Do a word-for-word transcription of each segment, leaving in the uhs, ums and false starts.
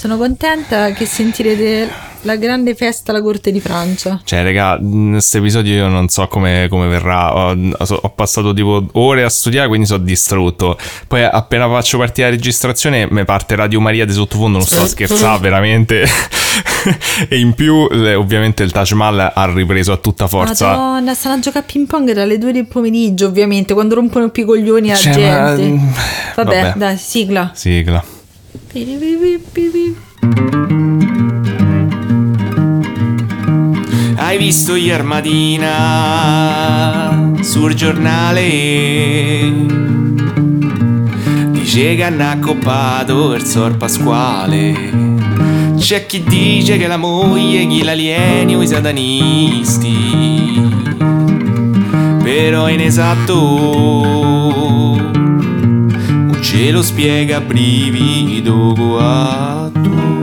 Sono contenta che sentirete la grande festa alla corte di Francia. Cioè, raga, in questo episodio io non so come, come verrà. Ho, ho passato tipo ore a studiare, quindi sono distrutto. Poi appena faccio partire la registrazione mi parte Radio Maria di sottofondo, non sto a scherzare, veramente. E in più, ovviamente, il Taj Mahal ha ripreso a tutta forza. Madonna, stanno a giocare a ping pong dalle due del pomeriggio, ovviamente, quando rompono più i coglioni alla cioè, gente. Ma... Vabbè, Vabbè, dai, sigla. Sigla. Hai visto ieri mattina sul giornale? Dice che hanno accoppato il Sor Pasquale. C'è chi dice che la moglie chi l'alieni o i satanisti. Però inesatto non ce lo spiega brivido guatto.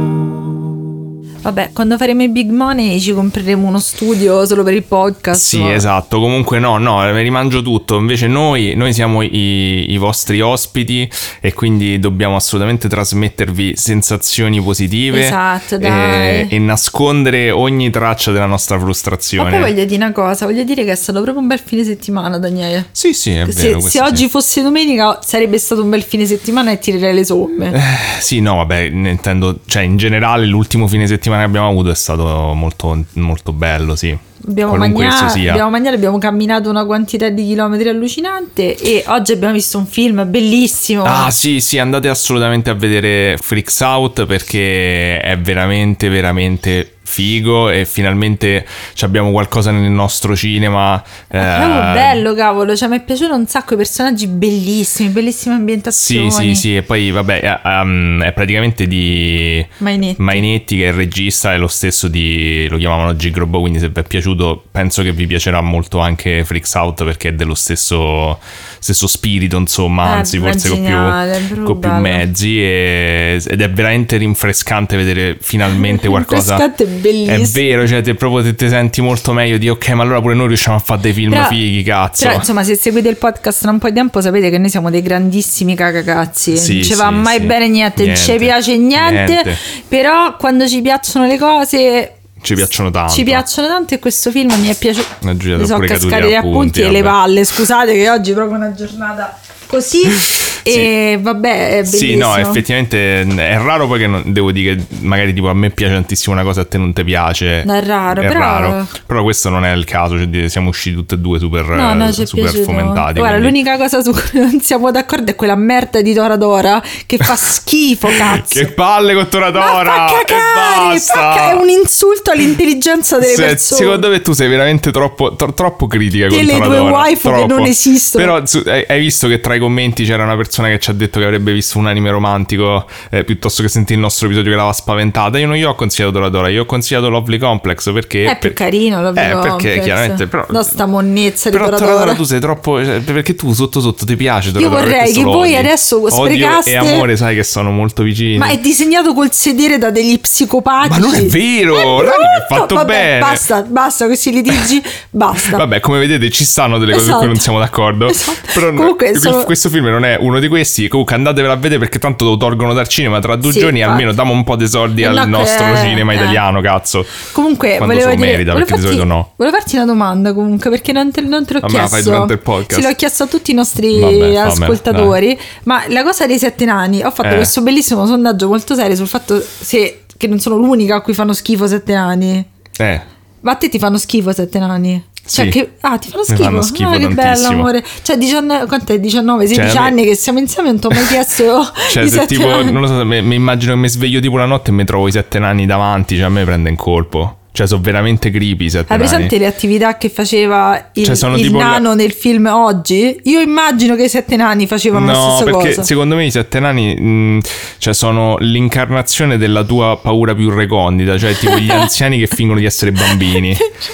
Vabbè, quando faremo i big money ci compreremo uno studio solo per il podcast. Sì, ma... esatto. Comunque no, no, mi rimangio tutto. Invece noi, noi siamo i, i vostri ospiti e quindi dobbiamo assolutamente trasmettervi sensazioni positive. Esatto, dai. E, e nascondere ogni traccia della nostra frustrazione. Ma poi voglio dire una cosa, voglio dire che è stato proprio un bel fine settimana, Daniele. Sì, sì, è se, vero. Se oggi sì. fosse domenica sarebbe stato un bel fine settimana e tirerei le somme. Eh, sì, no, vabbè, intendo, cioè in generale l'ultimo fine settimana che abbiamo avuto è stato molto, molto bello, sì. Abbiamo mangiato, abbiamo mangiato, abbiamo camminato una quantità di chilometri allucinante e oggi abbiamo visto un film bellissimo. Ah sì, sì, andate assolutamente a vedere Freaks Out perché è veramente, veramente figo e finalmente abbiamo qualcosa nel nostro cinema. È proprio eh... bello, cavolo, cioè mi è piaciuto un sacco, i personaggi bellissimi, bellissime ambientazioni. Sì, sì, sì, e poi vabbè è, um, è praticamente di Mainetti. Mainetti che è il regista, è lo stesso di, lo chiamavano Gigrobo, quindi se vi è piaciuto penso che vi piacerà molto anche Freaks Out perché è dello stesso, stesso spirito, insomma, eh, anzi forse geniale, con più, con più mezzi e, ed è veramente rinfrescante vedere finalmente qualcosa. Rinfrescante bellissimo. È vero, cioè te proprio te, te senti molto meglio di ok, ma allora pure noi riusciamo a fare dei film però, fighi, cazzo. Però insomma, se seguite il podcast da un po' di tempo sapete che noi siamo dei grandissimi cagacazzi. Sì, non ci sì, va mai sì. bene niente, niente, non ci piace niente, niente. Però quando ci piacciono le cose ci piacciono tanto. Ci piacciono tanto e questo film mi è piaciuto. Mi so cascare gli appunti, appunti e le palle. Scusate che oggi è proprio una giornata così. E sì. Vabbè, è bellissimo. Sì, no, effettivamente è raro poi che non, devo dire che magari tipo a me piace tantissimo una cosa e a te non ti piace. No, è raro, è però... raro. Però questo non è il caso, cioè siamo usciti tutti e due super, no, no, super fomentati. Guarda, quindi... l'unica cosa su cui non siamo d'accordo è quella merda di Toradora che fa schifo, cazzo. Che palle con Toradora! Ma fa cagare, fa cagare, è un insulto all'intelligenza delle Se, persone. Secondo me tu sei veramente troppo, tro, troppo critica con Delle Toradora. Delle due waifu troppo. Che non esistono. Però su, hai, hai visto che tra i commenti c'era una persona che ci ha detto che avrebbe visto un anime romantico eh, piuttosto che sentire il nostro episodio che l'aveva spaventata. Io non gli ho consigliato Toradora, io ho consigliato Lovely Complex perché è più per... carino Lovely eh, Complex perché chiaramente però, no, sta monnezza però di Toradora. Toradora tu sei troppo, cioè, perché tu sotto sotto ti piace Toradora. Io vorrei che voi adesso sprecaste. Odio e amore sai che sono molto vicini. Ma è disegnato col sedere da degli psicopatici. Ma non è vero, è, è fatto Vabbè, bene. Basta, basta questi litigi, basta. Vabbè, come vedete ci stanno delle cose esatto. su cui non siamo d'accordo. Esatto. Però comunque, no, sono... questo film non è uno di questi. Comunque andatevela a vedere perché tanto lo tolgono dal cinema tra due sì, giorni. Infatti. Almeno diamo un po' di soldi al no, nostro eh, cinema eh. italiano, cazzo. Comunque quando volevo se lo dire, merita, volevo perché farti, di solito no. Volevo farti una domanda comunque perché non te, non te l'ho ma chiesto. Ma la fai durante il podcast. Sì, l'ho chiesto a tutti i nostri Vabbè, ascoltatori. Vabbè, ma la cosa dei sette nani, ho fatto eh. questo bellissimo sondaggio molto serio sul fatto se, che non sono l'unica a cui fanno schifo sette nani. Eh. Ma a te ti fanno schifo sette nani? Cioè sì. che, ah, ti fanno schifo? fanno schifo ah, che bello amore. Cioè diciannove, quant'è? diciannove, sedici cioè, anni me... che siamo insieme, non ti ho mai chiesto. Cioè, se tipo, anni. non lo so, mi, mi immagino che mi sveglio tipo la notte e mi trovo i sette nani davanti, cioè a me prende in colpo. Cioè sono veramente creepy sette Hai presente nani. le attività che faceva il, cioè, il nano la... nel film Oggi? Io immagino che i sette nani facevano no, la stessa cosa. No, perché secondo me i sette nani mh, cioè sono l'incarnazione della tua paura più recondita. Cioè tipo gli anziani che fingono di essere bambini.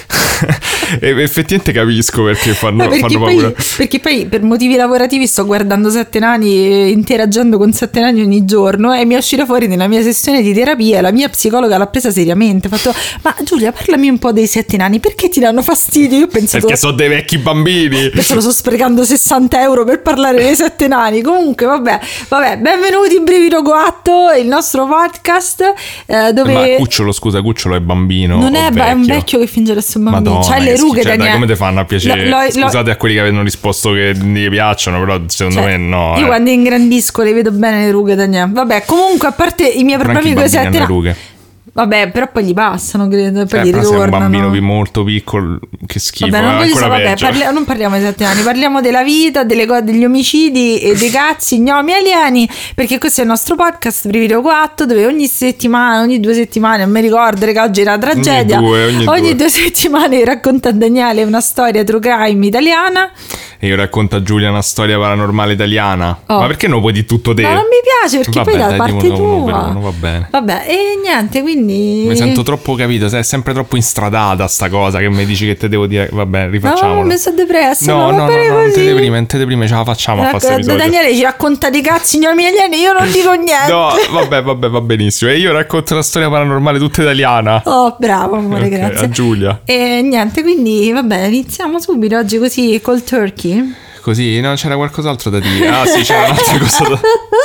E effettivamente capisco perché fanno, perché fanno poi, paura. Perché poi per motivi lavorativi sto guardando sette nani, interagendo con sette nani ogni giorno, e mi è uscita fuori nella mia sessione di terapia la mia psicologa l'ha presa seriamente, ha fatto ma Giulia, parlami un po' dei sette nani, perché ti danno fastidio? Io ho pensato, perché sono dei vecchi bambini. Penso sto sprecando sessanta euro per parlare dei sette nani. Comunque vabbè, vabbè, benvenuti in Brivido Coatto, il nostro podcast eh, dove... Ma Cucciolo, scusa, Cucciolo è bambino? Non è, vecchio? È un vecchio che finge di essere un bambino. Madonna, c'ha le rughe, cioè, dai, come ti fanno a piacere? Lo, lo, Scusate lo... a quelli che avevano risposto che gli piacciono, però secondo cioè, me no. Io eh. quando ingrandisco le vedo bene le rughe, Daniele. Vabbè, comunque a parte i miei problemi con i sette nani, vabbè, però poi gli passano, credo, e poi eh, gli però ritornano. Sei un bambino molto piccolo, che schifo. Vabbè, non, eh, voglio ancora so, vabbè, parli- non parliamo di sette anni, parliamo della vita, delle co- degli omicidi e dei cazzi, gnomi alieni, perché questo è il nostro podcast Brivido Coatto, dove ogni settimana, ogni due settimane, non mi ricordo che oggi era una tragedia, ogni due, ogni ogni due. due settimane racconta a Daniele una storia true crime italiana. E io racconto a Giulia una storia paranormale italiana. Oh. Ma perché non vuoi di tutto te? Ma non mi piace, perché vabbè, poi da dai, parte uno, tua uno per uno, va bene. Vabbè, e niente, quindi Mi sento troppo capito, sei sempre troppo instradata sta cosa che mi dici che te devo dire. Vabbè, rifacciamolo. No, mi sono depressa. No, no, no, no, no, non così. te deprime, non te deprime, ce la facciamo a fare questo episodio. Daniele ci racconta di cazzi gnomi alieni, io non dico niente. No, vabbè, vabbè, va benissimo. E io racconto una storia paranormale tutta italiana. Oh, bravo, amore, Okay, grazie. a Giulia. E niente, quindi vabbè, iniziamo subito oggi così col turkey. Così, no, c'era qualcos'altro da dire. Ah sì, c'era un'altra cosa da...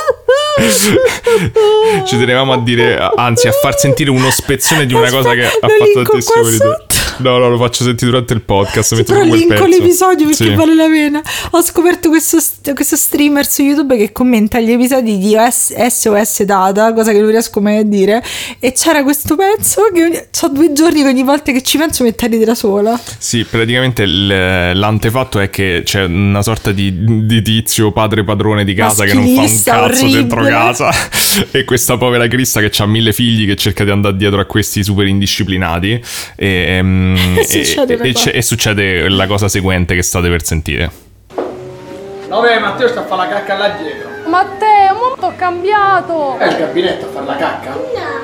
Ci tenevamo a dire, anzi a far sentire uno spezzone di una Aspetta, cosa che ha lo fatto linko tantissimo qua ridere. sotto. No, no, lo faccio sentire durante il podcast. Sì, però linko l'episodio perché sì. vale la pena. Ho scoperto questo, questo streamer su YouTube che commenta gli episodi di S O S Data, cosa che non riesco mai a dire, e c'era questo pezzo che ho due giorni che ogni volta che ci penso mette a ridere da sola. Sì, praticamente l- l'antefatto è che c'è una sorta di, di tizio padre padrone di casa che non fa un Maschilista, cazzo orribile. dentro casa e questa povera Crista che ha mille figli che cerca di andare dietro a questi super indisciplinati e, ehm, E succede e, una e, cosa. e succede la cosa seguente che state per sentire. Dove Matteo sta a fare la cacca là dietro? Matteo, mo ho cambiato! È il gabinetto a fare la cacca?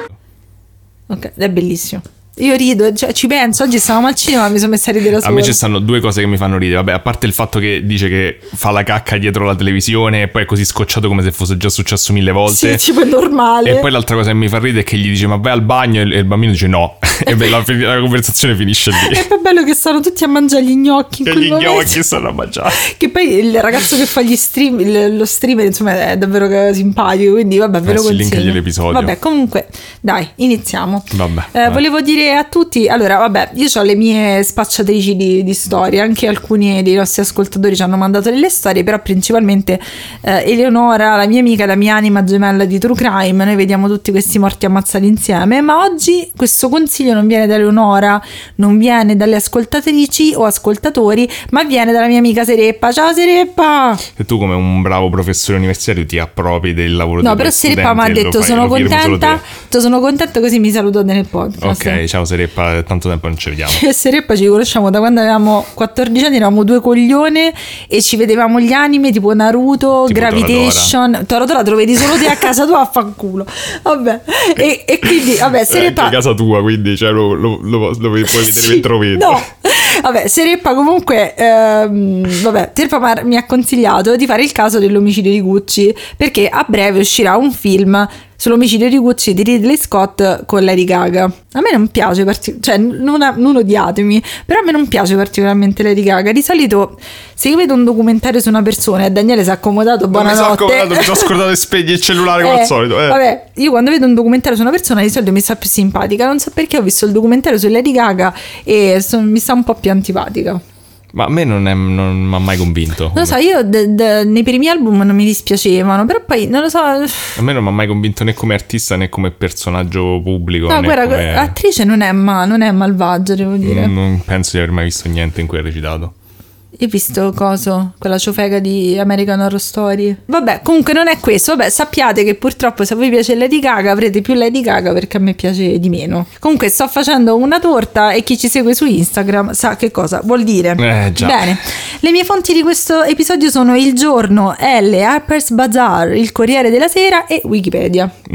Ok, è bellissimo. Io rido, cioè, ci penso, oggi stavamo al cinema, mi sono messa a ridere da A sola. me ci stanno due cose che mi fanno ridere. Vabbè, a parte il fatto che dice che fa la cacca dietro la televisione e poi è così scocciato come se fosse già successo mille volte. Sì, tipo è normale. E poi l'altra cosa che mi fa ridere è che gli dice ma vai al bagno e il bambino dice no. E beh, la, la conversazione finisce lì. E poi è bello che stanno tutti a mangiare gli gnocchi in Che quel gli momento. gnocchi stanno a mangiare. Che poi il ragazzo che fa gli stream, il- lo streamer, insomma, è davvero simpatico, quindi vabbè, ve Eh lo sì, consiglio. linkagli l'episodio. Vabbè, comunque, dai, iniziamo. Vabbè, Eh, vai. volevo dire a tutti, allora, vabbè, io ho le mie spacciatrici di, di storie, anche alcuni dei nostri ascoltatori ci hanno mandato delle storie, però principalmente eh, Eleonora, la mia amica, la mia anima gemella di True Crime, noi vediamo tutti questi morti ammazzati insieme, ma oggi questo consiglio non viene da Eleonora, non viene dalle ascoltatrici o ascoltatori, ma viene dalla mia amica Sereppa. Ciao Sereppa! E tu come un bravo professore universitario ti appropri del lavoro No, dei però tuoi Sereppa mi ha studenti e lo detto fai, sono lo firmi solo contenta, te. sono contenta così mi salutate nel podcast. Ok, ciao Sereppa, tanto tempo non ci vediamo. Io e Sereppa ci conosciamo da quando avevamo quattordici anni, eravamo due coglione e ci vedevamo gli anime tipo Naruto, Tipo Gravitation. Toradora te lo vedi solo te a casa tua a fanculo. Vabbè, e, e quindi vabbè, È Sereppa anche casa tua, quindi cioè, lo, lo, lo, lo puoi vedere Sì, mentre lo vedo. no. Vabbè, Sereppa comunque ehm, vabbè, Sereppa m'ha- mi ha consigliato di fare il caso dell'omicidio di Gucci, perché a breve uscirà un film sull'omicidio di Gucci di Ridley Scott con Lady Gaga. A me non piace, partic- cioè non, non odiatemi, però a me non piace particolarmente Lady Gaga. Di solito se io vedo un documentario su una persona e Daniele si è accomodato, Non mi sono buonanotte. accomodato, mi sono scordato di spegnere il cellulare come Eh, al solito. Eh. Vabbè, io quando vedo un documentario su una persona di solito mi sta più simpatica. Non so perché ho visto il documentario su Lady Gaga e son- mi sta un po' più antipatica. Ma a me non, è, non mi ha mai convinto. Non lo so, io de- de- nei primi album non mi dispiacevano, però poi non lo so. A me non mi ha mai convinto né come artista né come personaggio pubblico. No, né guarda, come... attrice non è, ma- non è malvagia, devo dire. Non penso di aver mai visto niente in cui ha recitato. Io ho visto coso, quella ciofega di American Horror Story. Vabbè, comunque non è questo. Vabbè, sappiate che purtroppo se a voi piace Lady Gaga avrete più Lady Gaga, perché a me piace di meno. Comunque sto facendo una torta e chi ci segue su Instagram sa che cosa vuol dire. Eh, già. Bene, le mie fonti di questo episodio sono Il Giorno, L, Harper's Bazaar, Il Corriere della Sera e Wikipedia. Mm. E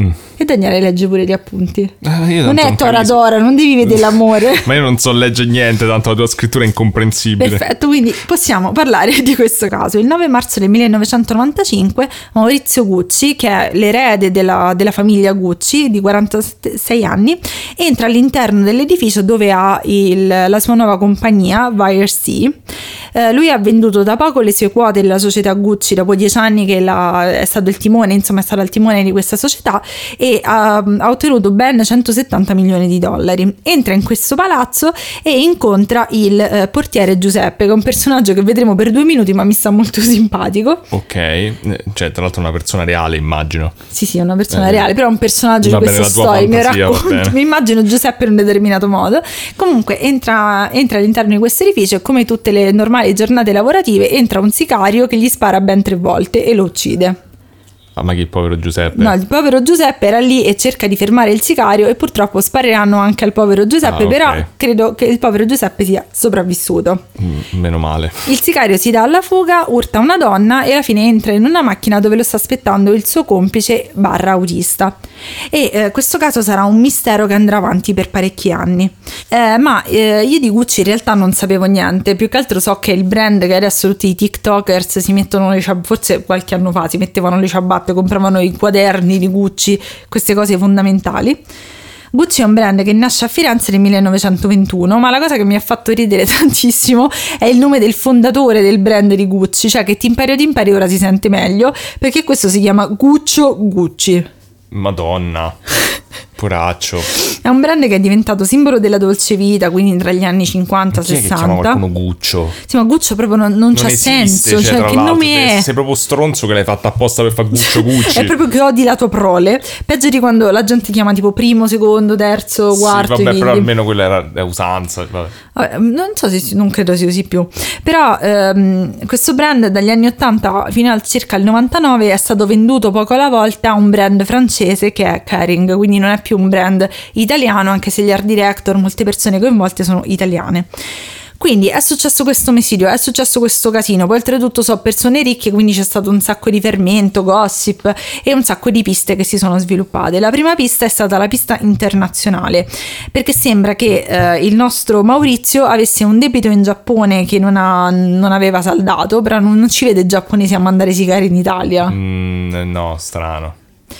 E Daniele legge pure gli appunti. Eh, io non è tanto Tora capisco. Dora, non devi vedere l'amore. Ma io non so leggere niente, tanto la tua scrittura è incomprensibile. Perfetto, quindi possiamo parlare di questo caso. Il nove marzo del millenovecentonovantacinque Maurizio Gucci, che è l'erede della, della famiglia Gucci di quarantasei anni, entra all'interno dell'edificio dove ha il, la sua nuova compagnia Vire Sea. Eh, lui ha venduto da poco le sue quote della società Gucci, dopo dieci anni che la, è stato il timone, insomma è stato il timone di questa società, e ha, ha ottenuto ben centosettanta milioni di dollari. Entra in questo palazzo e incontra il eh, portiere Giuseppe, che è un personaggio che vedremo per due minuti ma mi sta molto simpatico. Ok, cioè tra l'altro una persona reale, immagino. Sì, sì, è una persona Eh. reale, però è un personaggio Va di bene, questa la tua storia. Mi, fantasia, va racconto, bene. mi immagino Giuseppe in un determinato modo. Comunque entra, entra all'interno di questo edificio e, come tutte le normali giornate lavorative, entra un sicario che gli spara ben tre volte e lo uccide. Ah, ma che povero Giuseppe. No, il povero Giuseppe era lì e cerca di fermare il sicario, e purtroppo spareranno anche al povero Giuseppe. Ah, ok. Però credo che il povero Giuseppe sia sopravvissuto. Mm, meno male. Il sicario si dà alla fuga, urta una donna e alla fine entra in una macchina dove lo sta aspettando il suo complice barra autista. E eh, questo caso sarà un mistero che andrà avanti per parecchi anni. Eh, ma eh, io di Gucci in realtà non sapevo niente, più che altro so che il brand, che adesso tutti i tiktokers si mettono le ciabatte, forse qualche anno fa si mettevano le ciabatte, compravano i quaderni di Gucci, queste cose fondamentali. Gucci è un brand che nasce a Firenze nel millenovecentoventuno, ma la cosa che mi ha fatto ridere tantissimo è il nome del fondatore del brand di Gucci, cioè che Timperio Timperio ora si sente meglio, perché questo si chiama Guccio Gucci. Madonna. Poraccio. È un brand che è diventato simbolo della dolce vita, quindi tra gli anni cinquanta Chi è che chiama sessanta. qualcuno Guccio? Sì, ma Guccio proprio non, non, Non c'ha esiste, senso, cioè, cioè tra che l'altro, nome sei- è? Sei proprio stronzo che l'hai fatta apposta per fare Guccio Gucci. È proprio che odi la tua prole. Peggio di quando la gente chiama tipo primo, secondo, terzo, quarto. Sì, vabbè, i però figli. almeno quella era è usanza. Vabbè. Vabbè, non so se si- non credo si usi più, però ehm, questo brand dagli anni ottanta fino al circa il novantanove è stato venduto poco alla volta a un brand francese che è Kering, quindi non è più un brand italiano, anche se gli art director, molte persone coinvolte sono italiane. Quindi è successo questo omicidio, è successo questo casino, poi oltretutto so persone ricche, quindi c'è stato un sacco di fermento, gossip e un sacco di piste che si sono sviluppate. La prima pista è stata la pista internazionale, perché sembra che eh, il nostro Maurizio avesse un debito in Giappone che non, ha, non aveva saldato, però non, non ci vede giapponesi a mandare sicari in Italia. Mm, no, strano.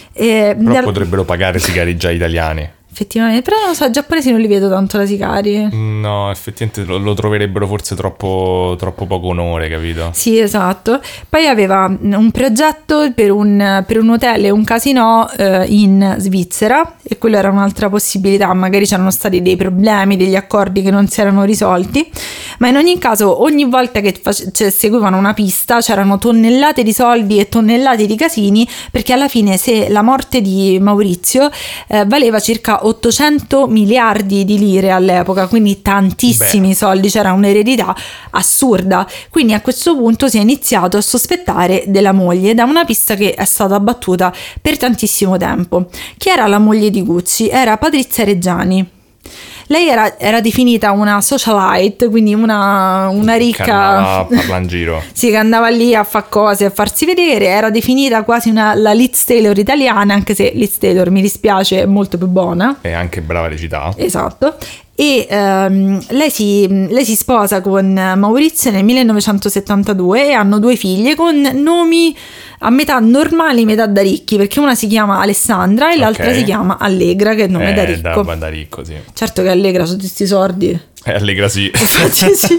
E, Però dar- potrebbero pagare sicari già italiani. effettivamente, però non so, i giapponesi non li vedo tanto da sicari. No, effettivamente lo, lo troverebbero forse troppo, troppo poco onore, capito? Sì, esatto. Poi aveva un progetto per un, per un hotel e un casino eh, in Svizzera, e quello era un'altra possibilità. Magari c'erano stati dei problemi, degli accordi che non si erano risolti, ma in ogni caso ogni volta che face- cioè, seguivano una pista c'erano tonnellate di soldi e tonnellate di casini, perché alla fine, se la morte di Maurizio eh, valeva circa ottocento miliardi di lire all'epoca, quindi tantissimi Beh. soldi, c'era un'eredità assurda. Quindi a questo punto si è iniziato a sospettare della moglie, da una pista che è stata battuta per tantissimo tempo. Chi era la moglie di Gucci? Era Patrizia Reggiani. Lei era, era definita una socialite, quindi una, una ricca... Che andava a parla in giro. Sì, che andava lì a fare cose, a farsi vedere. Era definita quasi una, la Liz Taylor italiana, anche se Liz Taylor, mi dispiace, è molto più buona. E anche brava recità. Esatto. E ehm, lei, si, lei si sposa con Maurizio nel millenovecentosettantadue e hanno due figlie con nomi a metà normali, metà da ricchi, perché una si chiama Alessandra e l'altra Ok. si chiama Allegra, che è il nome eh, da ricco. Da, da ricco, sì. Certo che Allegra su tutti questi sordi. Eh, Allegra sì. Infatti sì.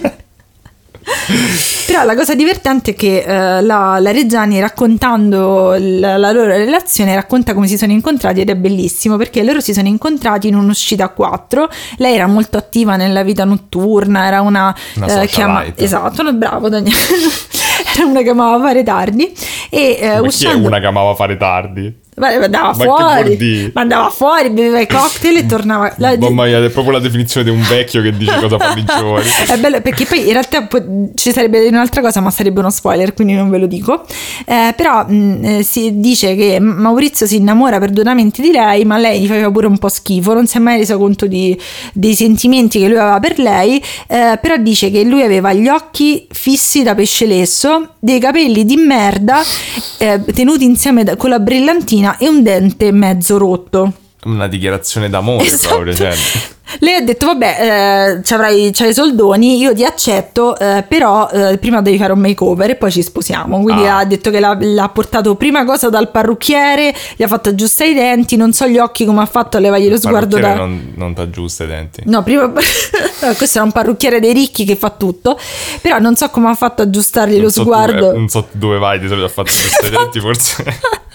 Però la cosa divertente è che eh, la, la Reggiani, raccontando la, la loro relazione, racconta come si sono incontrati, ed è bellissimo perché loro si sono incontrati in un'uscita a quattro. Lei era molto attiva nella vita notturna, era una, Una eh, che ama- socialite. esatto, no, bravo Daniele. Era una che amava fare tardi e eh, Ma chi è uscendo una che amava fare tardi? Ma andava Ma che fuori, vuol dire? ma andava fuori, beveva i cocktail e tornava. La- Mamma mia, è proprio la definizione di un vecchio che dice cosa fanno i giovani. È bello perché poi in realtà poi ci sarebbe un'altra cosa, ma sarebbe uno spoiler, quindi non ve lo dico. Eh, però mh, eh, si dice che Maurizio si innamora perdutamente di lei, ma lei gli faceva pure un po' schifo, non si è mai reso conto di, dei sentimenti che lui aveva per lei. Eh, però dice che lui aveva gli occhi fissi da pesce lesso, dei capelli di merda eh, tenuti insieme da- con la brillantina canina e un dente mezzo rotto. Una dichiarazione d'amore, Esatto. proprio, cioè. Lei ha detto vabbè, eh, ci avrai c'hai i soldoni, io ti accetto, eh, però eh, prima devi fare un makeover e poi ci sposiamo. Quindi Ah. ha detto che l'ha, l'ha portato prima cosa dal parrucchiere, gli ha fatto aggiustare i denti, non so gli occhi come ha fatto a levargli lo sguardo da... non, non ti aggiusta i denti. No, prima no, questo era un parrucchiere dei ricchi che fa tutto, però non so come ha fatto a aggiustargli Non lo so sguardo. Dove, non so dove vai di solito a fare aggiustare i denti, forse.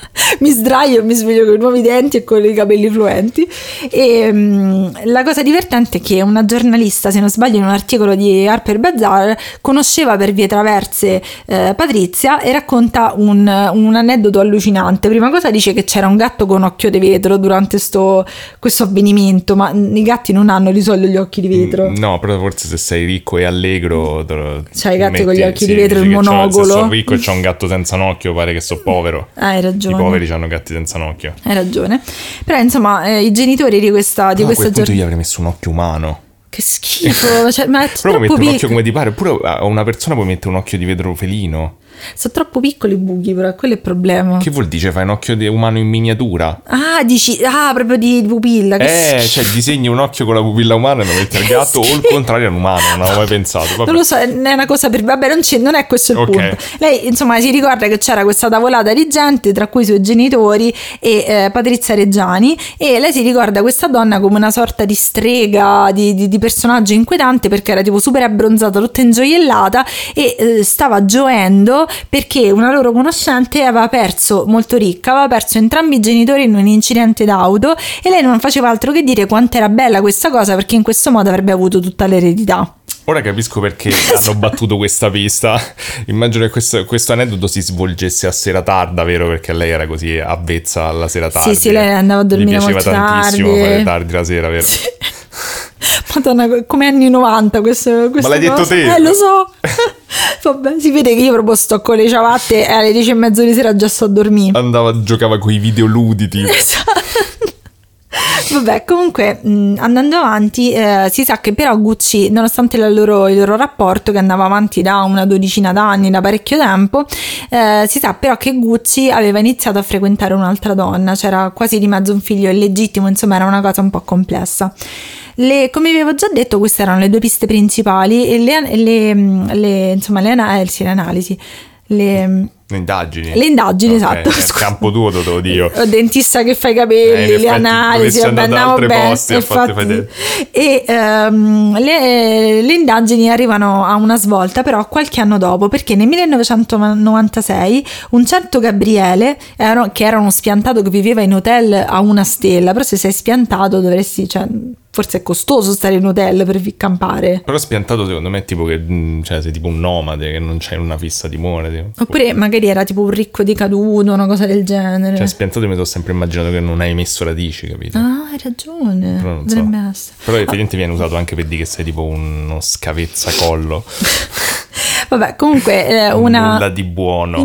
Mi sdraio e mi sveglio con i nuovi denti e con i capelli fluenti. E mh, la cosa divertente è che una giornalista, se non sbaglio in un articolo di Harper Bazaar, conosceva per vie traverse eh, Patrizia e racconta un, un aneddoto allucinante. Prima cosa dice che c'era un gatto con occhio di vetro durante sto, questo avvenimento, ma i gatti non hanno di solito gli occhi di vetro. No, però forse se sei ricco e allegro te lo- C'hai i gatti metti- con gli occhi sì, di vetro e dici il che c'ho- monocolo. Se sono ricco e c'ho un gatto senza un occhio, pare che so povero. Ah, hai ragione. I poveri hanno gatti senza un occhio. Hai ragione. Però insomma eh, i genitori di questa, di No, a questa quel punto giornata... gli avrei messo un occhio umano. Che schifo, cioè, ma è Però puoi troppo mettere un occhio piccolo. come ti pare. Oppure a una persona puoi mettere un occhio di vetro felino. Sono troppo piccoli i buchi, però quello è il problema. Che vuol dire? Fai un occhio di umano in miniatura? Ah, dici, ah, proprio di pupilla. Che Eh, schifo. cioè disegni un occhio con la pupilla umana e lo metti al gatto, o il contrario è un umano, non avevo mai pensato. Vabbè. Non lo so, è una cosa per... Vabbè, non, c'è, non è questo il Ok. punto. Lei, insomma, si ricorda che c'era questa tavolata di gente, tra cui i suoi genitori e eh, Patrizia Reggiani, e lei si ricorda questa donna come una sorta di strega, di, di, di personaggio inquietante, perché era tipo super abbronzata, tutta ingioiellata, e eh, stava gioendo perché una loro conoscente aveva perso, molto ricca, aveva perso entrambi i genitori in un incidente d'auto, e lei non faceva altro che dire quanto era bella questa cosa, perché in questo modo avrebbe avuto tutta l'eredità. Ora capisco perché hanno battuto questa pista. Immagino che questo, questo aneddoto si svolgesse a sera tarda, vero? Perché lei era così avvezza alla sera tardi. Sì, sì, lei andava a dormire Gli piaceva molto tantissimo tardi. fare tardi la sera, vero? Sì. Madonna, come anni novanta questo, questa Ma l'hai detto cosa. te? Eh, lo so. Vabbè, si vede che io proprio sto con le ciabatte e alle dieci e mezzo di sera già sto a dormire. Andava, giocava con i videoludi, tipo. Esatto. Vabbè, comunque mh, andando avanti eh, si sa che però Gucci, nonostante la loro, il loro rapporto che andava avanti da una dodicina d'anni, da parecchio tempo, eh, si sa però che Gucci aveva iniziato a frequentare un'altra donna, c'era quasi di mezzo un figlio illegittimo, insomma era una cosa un po' complessa. Le, come vi avevo già detto, queste erano le due piste principali e le, le, le, insomma, le, ana- eh, sì, le analisi, le... Le indagini. Le indagini, Ok, esatto. È il campo tuo, te lo dico. Il dentista che fa i Eh, capelli, in le effetti, analisi, dovresti vabbè, andare da andiamo altri bene. posti a farti Infatti, vedere. e ehm, le, le indagini arrivano a una svolta però qualche anno dopo, perché nel millenovecentonovantasei un certo Gabriele, era, che era uno spiantato che viveva in hotel a una stella, però se sei spiantato dovresti, cioè, forse è costoso stare in hotel per campare. Però spiantato secondo me è tipo che, mh, cioè, sei tipo un nomade che non c'hai una fissa dimora. Tipo. Oppure magari era tipo un ricco decaduto, una cosa del genere. Cioè, spiantato mi sono sempre immaginato che non hai messo radici, capito? Ah, hai ragione. Però non so. Dovrebbe essere. Però effettivamente viene usato anche per dire che sei tipo uno scavezzacollo. Vabbè, comunque eh, Un una... nulla di buono.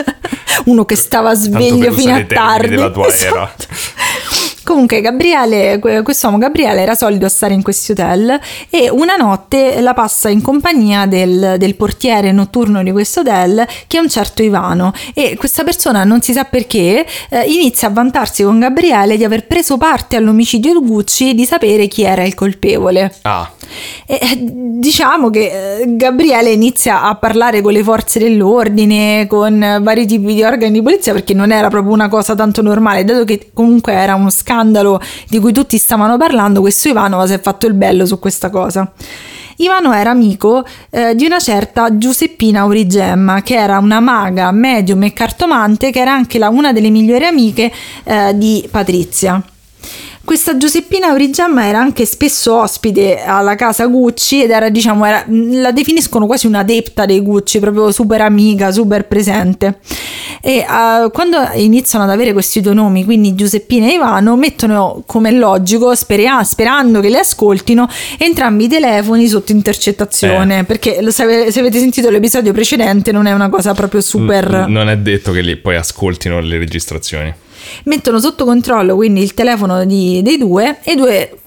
uno che stava Tanto sveglio per fino usare a i termini tardi. della tua Esatto. era. Comunque Gabriele, que- quest'uomo Gabriele era solito stare in questi hotel e una notte la passa in compagnia del, del portiere notturno di questo hotel, che è un certo Ivano, e questa persona, non si sa perché, eh, inizia a vantarsi con Gabriele di aver preso parte all'omicidio di Gucci e di sapere chi era il colpevole. Ah, E, eh, diciamo che eh, Gabriele inizia a parlare con le forze dell'ordine, con eh, vari tipi di organi di polizia, perché non era proprio una cosa tanto normale, dato che comunque era uno scandalo di cui tutti stavano parlando. Questo Ivano si è fatto il bello su questa cosa. Ivano era amico eh, di una certa Giuseppina Aurigemma, che era una maga, medium e cartomante, che era anche la, una delle migliori amiche eh, di Patrizia. Questa Giuseppina Aurigemma era anche spesso ospite alla casa Gucci ed era, diciamo, era, la definiscono quasi un'adepta dei Gucci, proprio super amica, super presente. E uh, quando iniziano ad avere questi due nomi, quindi Giuseppina e Ivano, mettono, come è logico, speria- sperando che le ascoltino, entrambi i telefoni sotto intercettazione, Eh. perché lo, se, ave- se avete sentito l'episodio precedente non è una cosa proprio super... N- non è detto che lì poi ascoltino le registrazioni. Mettono sotto controllo quindi il telefono di, dei due, e i due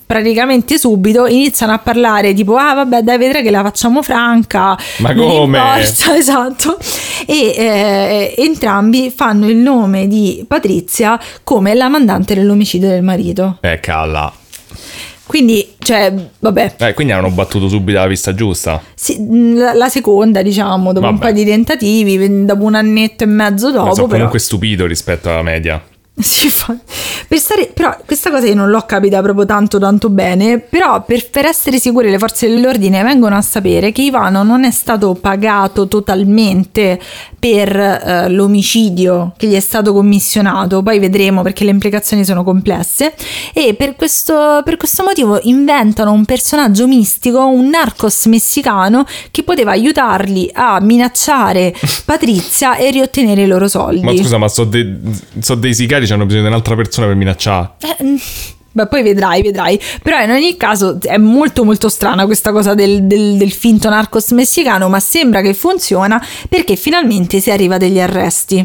praticamente subito iniziano a parlare tipo ah vabbè dai vedrai che la facciamo franca, ma non come importa, esatto, e eh, entrambi fanno il nome di Patrizia come la mandante dell'omicidio del marito. Eh calla. Quindi, cioè, vabbè. Eh, quindi hanno battuto subito la pista giusta. Sì, la, la seconda, diciamo, dopo vabbè. un paio di tentativi, dopo un annetto e mezzo dopo. Ma sono però... comunque però... stupito rispetto alla media. Sì, fa... per stare... però questa cosa io non l'ho capita proprio tanto tanto bene, però per, per essere sicuri le forze dell'ordine vengono a sapere che Ivano non è stato pagato totalmente per uh, l'omicidio che gli è stato commissionato, poi vedremo perché le implicazioni sono complesse, e per questo, per questo motivo inventano un personaggio mistico, un narcos messicano che poteva aiutarli a minacciare Patrizia e riottenere i loro soldi. Ma scusa, ma sono de- so dei sicari, hanno bisogno di un'altra persona per minacciare. Eh, beh, poi vedrai, vedrai. Però in ogni caso è molto molto strana questa cosa del, del, del finto narcos messicano, ma sembra che funziona perché finalmente si arriva degli arresti.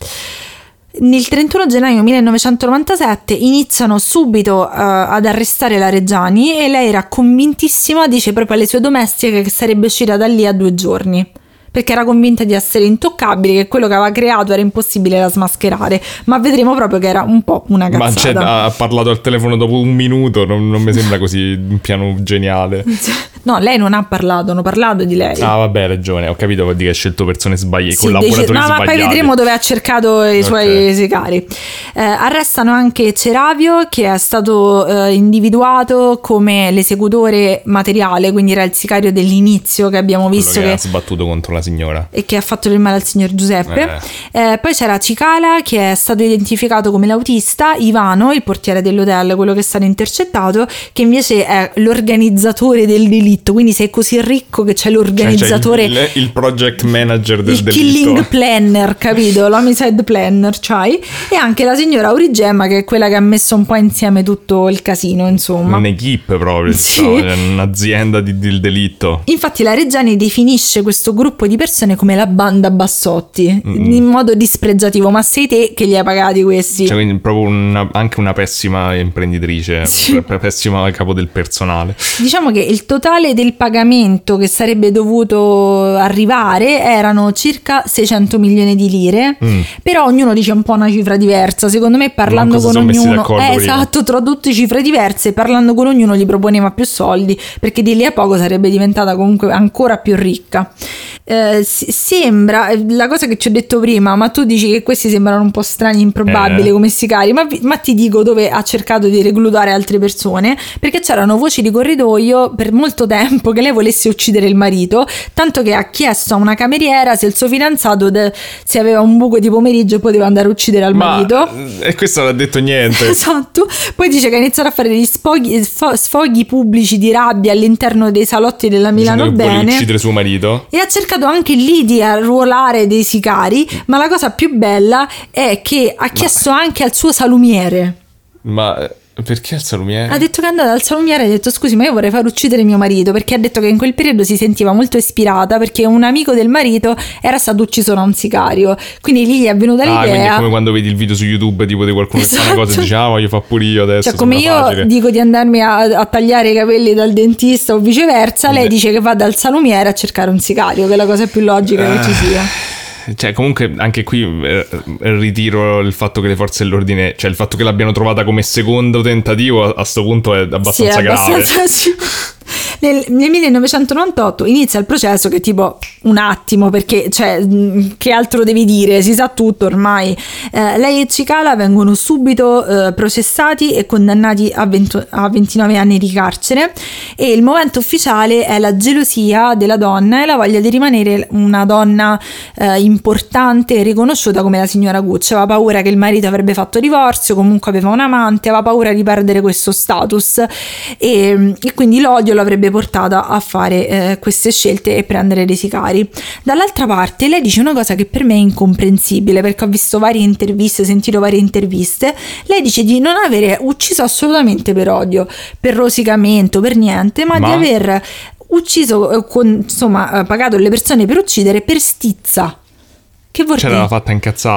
Nel trentuno gennaio millenovecentonovantasette iniziano subito uh, ad arrestare la Reggiani e lei era convintissima, dice proprio alle sue domestiche, che sarebbe uscita da lì a due giorni. Perché era convinta di essere intoccabile, che quello che aveva creato era impossibile da smascherare, ma vedremo proprio che era un po' una cazzata. Ma ha parlato al telefono dopo un minuto, non, non mi sembra così un piano geniale. No, lei non ha parlato, hanno parlato di lei. Ah vabbè, hai ragione, ho capito, vuol dire che ha scelto persone sbagliate, sì, collaboratori dec- no, sbagliati. No, ma poi vedremo dove ha cercato i suoi okay. sicari. Eh, arrestano anche Ceravio, che è stato eh, individuato come l'esecutore materiale, quindi era il sicario dell'inizio che abbiamo visto quello che, che ha sbattuto contro la signora e che ha fatto del male al signor Giuseppe. Eh. Eh, poi c'era Cicala, che è stato identificato come l'autista, Ivano, il portiere dell'hotel, quello che è stato intercettato, che invece è l'organizzatore del delitto, quindi sei così ricco che c'è l'organizzatore, cioè, il, il project manager del il delitto, il killing planner, capito? L'homicide planner c'hai. E anche la signora Aurigemma, che è quella che ha messo un po' insieme tutto il casino, insomma un'equipe proprio, sì. No, un'azienda di, del delitto. Infatti la Reggiani definisce questo gruppo di persone come la banda Bassotti, mm. in modo dispregiativo, ma sei te che li hai pagati questi? Cioè, quindi proprio una, anche una pessima imprenditrice, sì. pessima capo del personale. Diciamo che il totale del pagamento che sarebbe dovuto arrivare erano circa seicento milioni di lire, mm. però ognuno dice un po' una cifra diversa. Secondo me parlando con ognuno, eh, esatto, tradotte cifre diverse, parlando con ognuno gli proponeva più soldi, perché di lì a poco sarebbe diventata comunque ancora più ricca. Eh, sembra la cosa che ci ho detto prima, ma tu dici che questi sembrano un po' strani, improbabili eh. come sicari, ma, ma ti dico dove ha cercato di reclutare altre persone, perché c'erano voci di corridoio per molto tempo che lei volesse uccidere il marito, tanto che ha chiesto a una cameriera se il suo fidanzato de- se aveva un buco di pomeriggio poteva andare a uccidere al ma, marito, e questo non ha detto niente. Esatto. Poi dice che ha iniziato a fare degli sfoghi, sfoghi pubblici di rabbia all'interno dei salotti della Milano Bene, vuole uccidere suo marito, e ha cercato anche lì di arruolare dei sicari, ma la cosa più bella è che ha chiesto ma... anche al suo salumiere. Ma perché al salumiere? Ha detto che è andata al salumiere e ha detto scusi ma io vorrei far uccidere mio marito, perché ha detto che in quel periodo si sentiva molto ispirata perché un amico del marito era stato ucciso da un sicario, quindi lì gli è venuta l'idea. Ah, quindi è come quando vedi il video su YouTube tipo di qualcuno esatto. che fa una cosa e dice ah voglio fare pure io adesso, cioè come io facile. Dico di andarmi a, a tagliare i capelli dal dentista o viceversa, lei dice che va dal salumiere a cercare un sicario, che è la cosa più logica uh. che ci sia. Cioè comunque anche qui eh, ritiro il fatto che le forze dell'ordine, cioè il fatto che l'abbiano trovata come secondo tentativo a, a sto punto è abbastanza sì, è grave abbastanza, sì. Nel, nel millenovecentonovantotto inizia il processo che tipo un attimo, perché cioè che altro devi dire, si sa tutto ormai. eh, lei e Cicala vengono subito eh, processati e condannati a, venti, a ventinove anni di carcere, e il momento ufficiale è la gelosia della donna e la voglia di rimanere una donna eh, importante e riconosciuta come la signora Gucci. Aveva paura che il marito avrebbe fatto divorzio, comunque aveva un amante, aveva paura di perdere questo status e, e quindi l'odio l'avrebbe portata a fare eh, queste scelte e prendere dei sicari. Dall'altra parte lei dice una cosa che per me è incomprensibile, perché ho visto varie interviste, sentito varie interviste. Lei dice di non avere ucciso assolutamente per odio, per rosicamento, per niente, ma, ma... di aver ucciso, con, insomma pagato le persone per uccidere per stizza. Che vuol dire? Ce l'aveva fatta incazzare.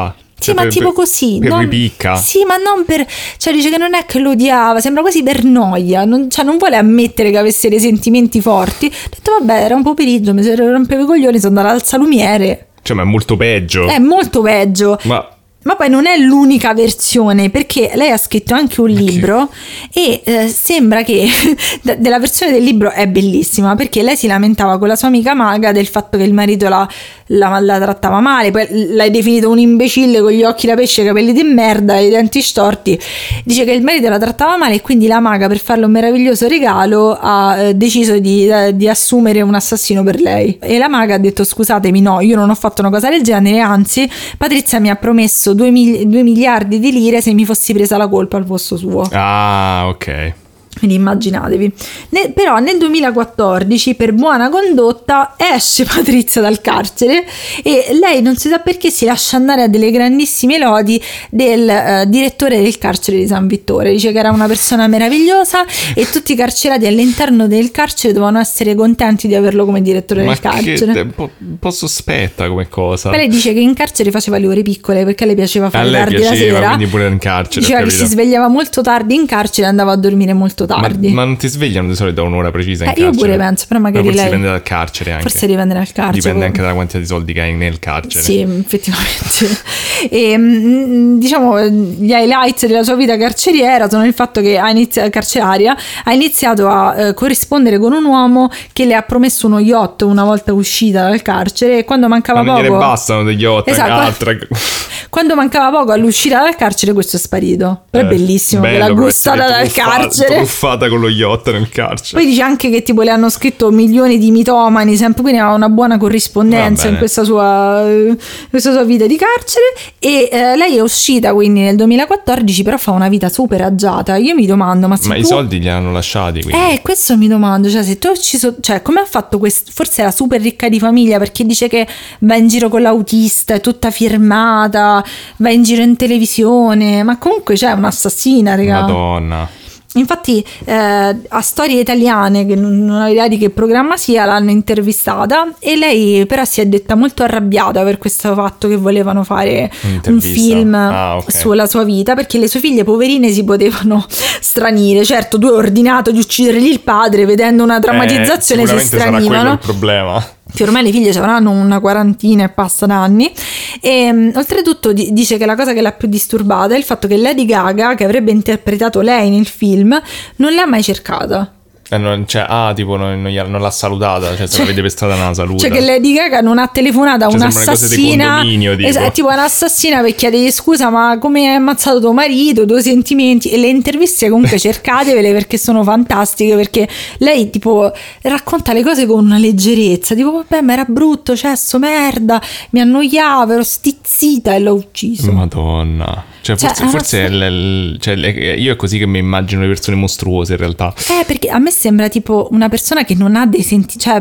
Sì, cioè, ma per, tipo così. Per non, ripicca. Sì, ma non per... Cioè dice che non è che lo odiava, sembra quasi per noia. Non, cioè non vuole ammettere che avesse dei sentimenti forti. Ha detto vabbè, era un pomeriggio, mi rompevo i coglioni, sono andata al salumiere. Cioè, ma è molto peggio. È molto peggio. Ma... Ma poi non è l'unica versione, perché lei ha scritto anche un libro e eh, sembra che della versione del libro è bellissima, perché lei si lamentava con la sua amica maga del fatto che il marito la, la, la trattava male, poi l'hai definito un imbecille con gli occhi da pesce, i capelli di merda e i denti storti. Dice che il marito la trattava male e quindi la maga, per farle un meraviglioso regalo, ha eh, deciso di, eh, di assumere un assassino per lei. E la maga ha detto scusatemi, no, io non ho fatto una cosa del genere, anzi Patrizia mi ha promesso due miliardi di lire se mi fossi presa la colpa al posto suo. Ah, ok. Quindi immaginatevi. Ne, però nel duemilaquattordici, per buona condotta, esce Patrizia dal carcere e lei non si sa perché si lascia andare a delle grandissime lodi del uh, direttore del carcere di San Vittore. Dice che era una persona meravigliosa e tutti i carcerati all'interno del carcere dovevano essere contenti di averlo come direttore Ma del carcere. Che, un, po', un po' sospetta come cosa. Poi lei dice che in carcere faceva le ore piccole perché a lei piaceva fare a lei tardi piaceva, la sera. Quindi pure in carcere. Diceva che si svegliava molto tardi in carcere e andava a dormire molto tardi. Ma, ma non ti svegliano di solito a un'ora precisa in eh, carcere? Io pure penso, però magari ma forse lei... dipende dal carcere anche. Forse dipende dal carcere. Dipende anche dalla quantità di soldi che hai nel carcere. Sì, effettivamente. E, diciamo, gli highlights della sua vita carceriera sono il fatto che ha iniziato, carceraria, ha iniziato a eh, corrispondere con un uomo che le ha promesso uno yacht una volta uscita dal carcere e quando mancava ma non poco... gliene bastano degli yacht, esatto, altre... Quando mancava poco all'uscita dal carcere questo è sparito. Però eh, è bellissimo che l'ha gustata dal truffata, carcere. Truffata con lo yacht nel carcere. Poi dice anche che tipo le hanno scritto milioni di mitomani, sempre, quindi aveva una buona corrispondenza in questa sua, in questa sua vita di carcere. E eh, lei è uscita quindi nel duemilaquattordici, però fa una vita super agiata. Io mi domando, ma se Ma tu... i soldi li hanno lasciati, quindi. Eh, questo mi domando, cioè se tu hai ucciso, cioè come ha fatto questo? Forse era super ricca di famiglia, perché dice che va in giro con l'autista, è tutta firmata, va in giro in televisione, ma comunque c'è un'assassina, raga. Madonna. Infatti eh, a Storie Italiane, che non ho idea di che programma sia, l'hanno intervistata e lei però si è detta molto arrabbiata per questo fatto che volevano fare un film ah, okay. sulla sua vita, perché le sue figlie poverine si potevano stranire. Certo, tu hai ordinato di uccidergli il padre, vedendo una drammatizzazione eh, si stranivano. Sarà quello il problema. Che ormai le figlie avranno una quarantina e passa d'anni. E um, oltretutto di- dice che la cosa che l'ha più disturbata è il fatto che Lady Gaga, che avrebbe interpretato lei nel film, non l'ha mai cercata. Eh, non, cioè, ah, tipo non, non, non l'ha salutata, cioè se cioè, la vede per strada non la saluta. Cioè che Lady Gaga non ha telefonato a cioè, un'assassina, tipo. Esatto, tipo un'assassina per chiedergli scusa, ma come hai ammazzato tuo marito, i tuoi sentimenti. E le interviste comunque cercatevele perché sono fantastiche, perché lei tipo racconta le cose con una leggerezza, tipo vabbè ma era brutto, cesso, merda, mi annoiavo, ero stizzita e l'ho ucciso. Madonna. Cioè, forse, cioè, forse è l, cioè, io è così che mi immagino le persone mostruose in realtà. Eh, perché a me sembra tipo una persona che non ha dei senti, cioè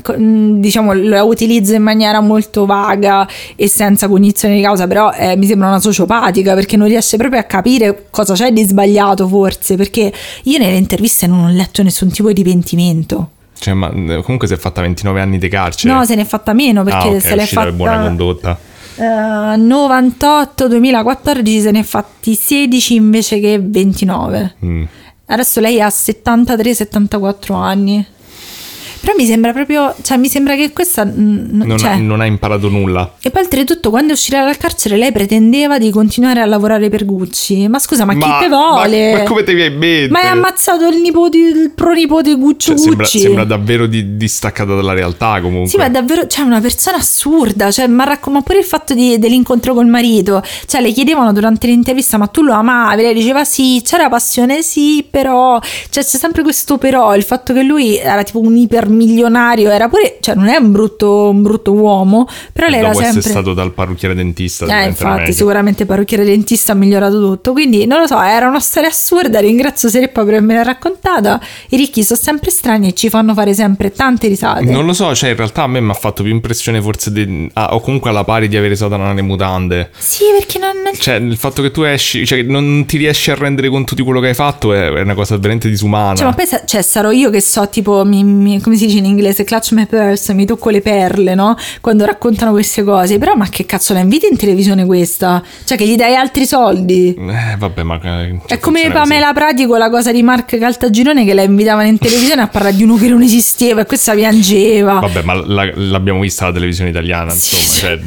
mh, diciamo la utilizza in maniera molto vaga e senza cognizione di causa, però eh, mi sembra una sociopatica, perché non riesce proprio a capire cosa c'è di sbagliato, forse, perché io nelle interviste non ho letto nessun tipo di pentimento. Cioè, ma comunque si è fatta ventinove anni di carcere. No, se ne è fatta meno, perché ah, okay, se l'è fatta per buona condotta. Uh, novantotto duemilaquattordici se ne è fatti sedici invece che ventinove. Mm. Adesso lei ha settantatré settantaquattro anni. Però mi sembra proprio, cioè mi sembra che questa n- non, cioè, ha, non ha imparato nulla. E poi oltretutto quando uscirà dal carcere lei pretendeva di continuare a lavorare per Gucci. Ma scusa, ma, ma chi te vuole? Ma, ma come te viene in mente? Ma hai ammazzato il nipote, il pronipote Guccio, cioè, Gucci. Sembra, sembra davvero di, distaccata dalla realtà comunque. Sì, ma è davvero, cioè una persona assurda, cioè, ma, racc- ma pure il fatto di, dell'incontro col marito, cioè le chiedevano durante l'intervista ma tu lo amavi? Lei diceva sì, c'era passione, sì, però cioè, c'è sempre questo però, il fatto che lui era tipo un ipermilionario, era pure, cioè non è un brutto, un brutto uomo, però lei era sempre... Dopo essere stato dal parrucchiere dentista. Eh, infatti, sicuramente il parrucchiere dentista ha migliorato tutto, quindi non lo so, era una storia assurda, ringrazio Sereppa per avermela raccontata, i ricchi sono sempre strani e ci fanno fare sempre tante risate. Non lo so, cioè in realtà a me mi ha fatto più impressione forse, de... ah, o comunque alla pari di avere Satana nelle mutande. Sì, perché non... Cioè il fatto che tu esci, cioè non ti riesci a rendere conto di quello che hai fatto è, è una cosa veramente disumana. Cioè, ma poi cioè, sarò io che so, tipo, mi, mi, come si come si dice in inglese, clutch my purse, mi tocco le perle, no? Quando raccontano queste cose. Però ma che cazzo la inviti in televisione questa? Cioè che gli dai altri soldi? Eh vabbè, ma cioè, è come Pamela Pratico, la cosa di Mark Caltagirone, che la invitavano in televisione a parlare di uno che non esisteva e questa piangeva. Vabbè, ma la, l'abbiamo vista la televisione italiana, insomma, sì. Cioè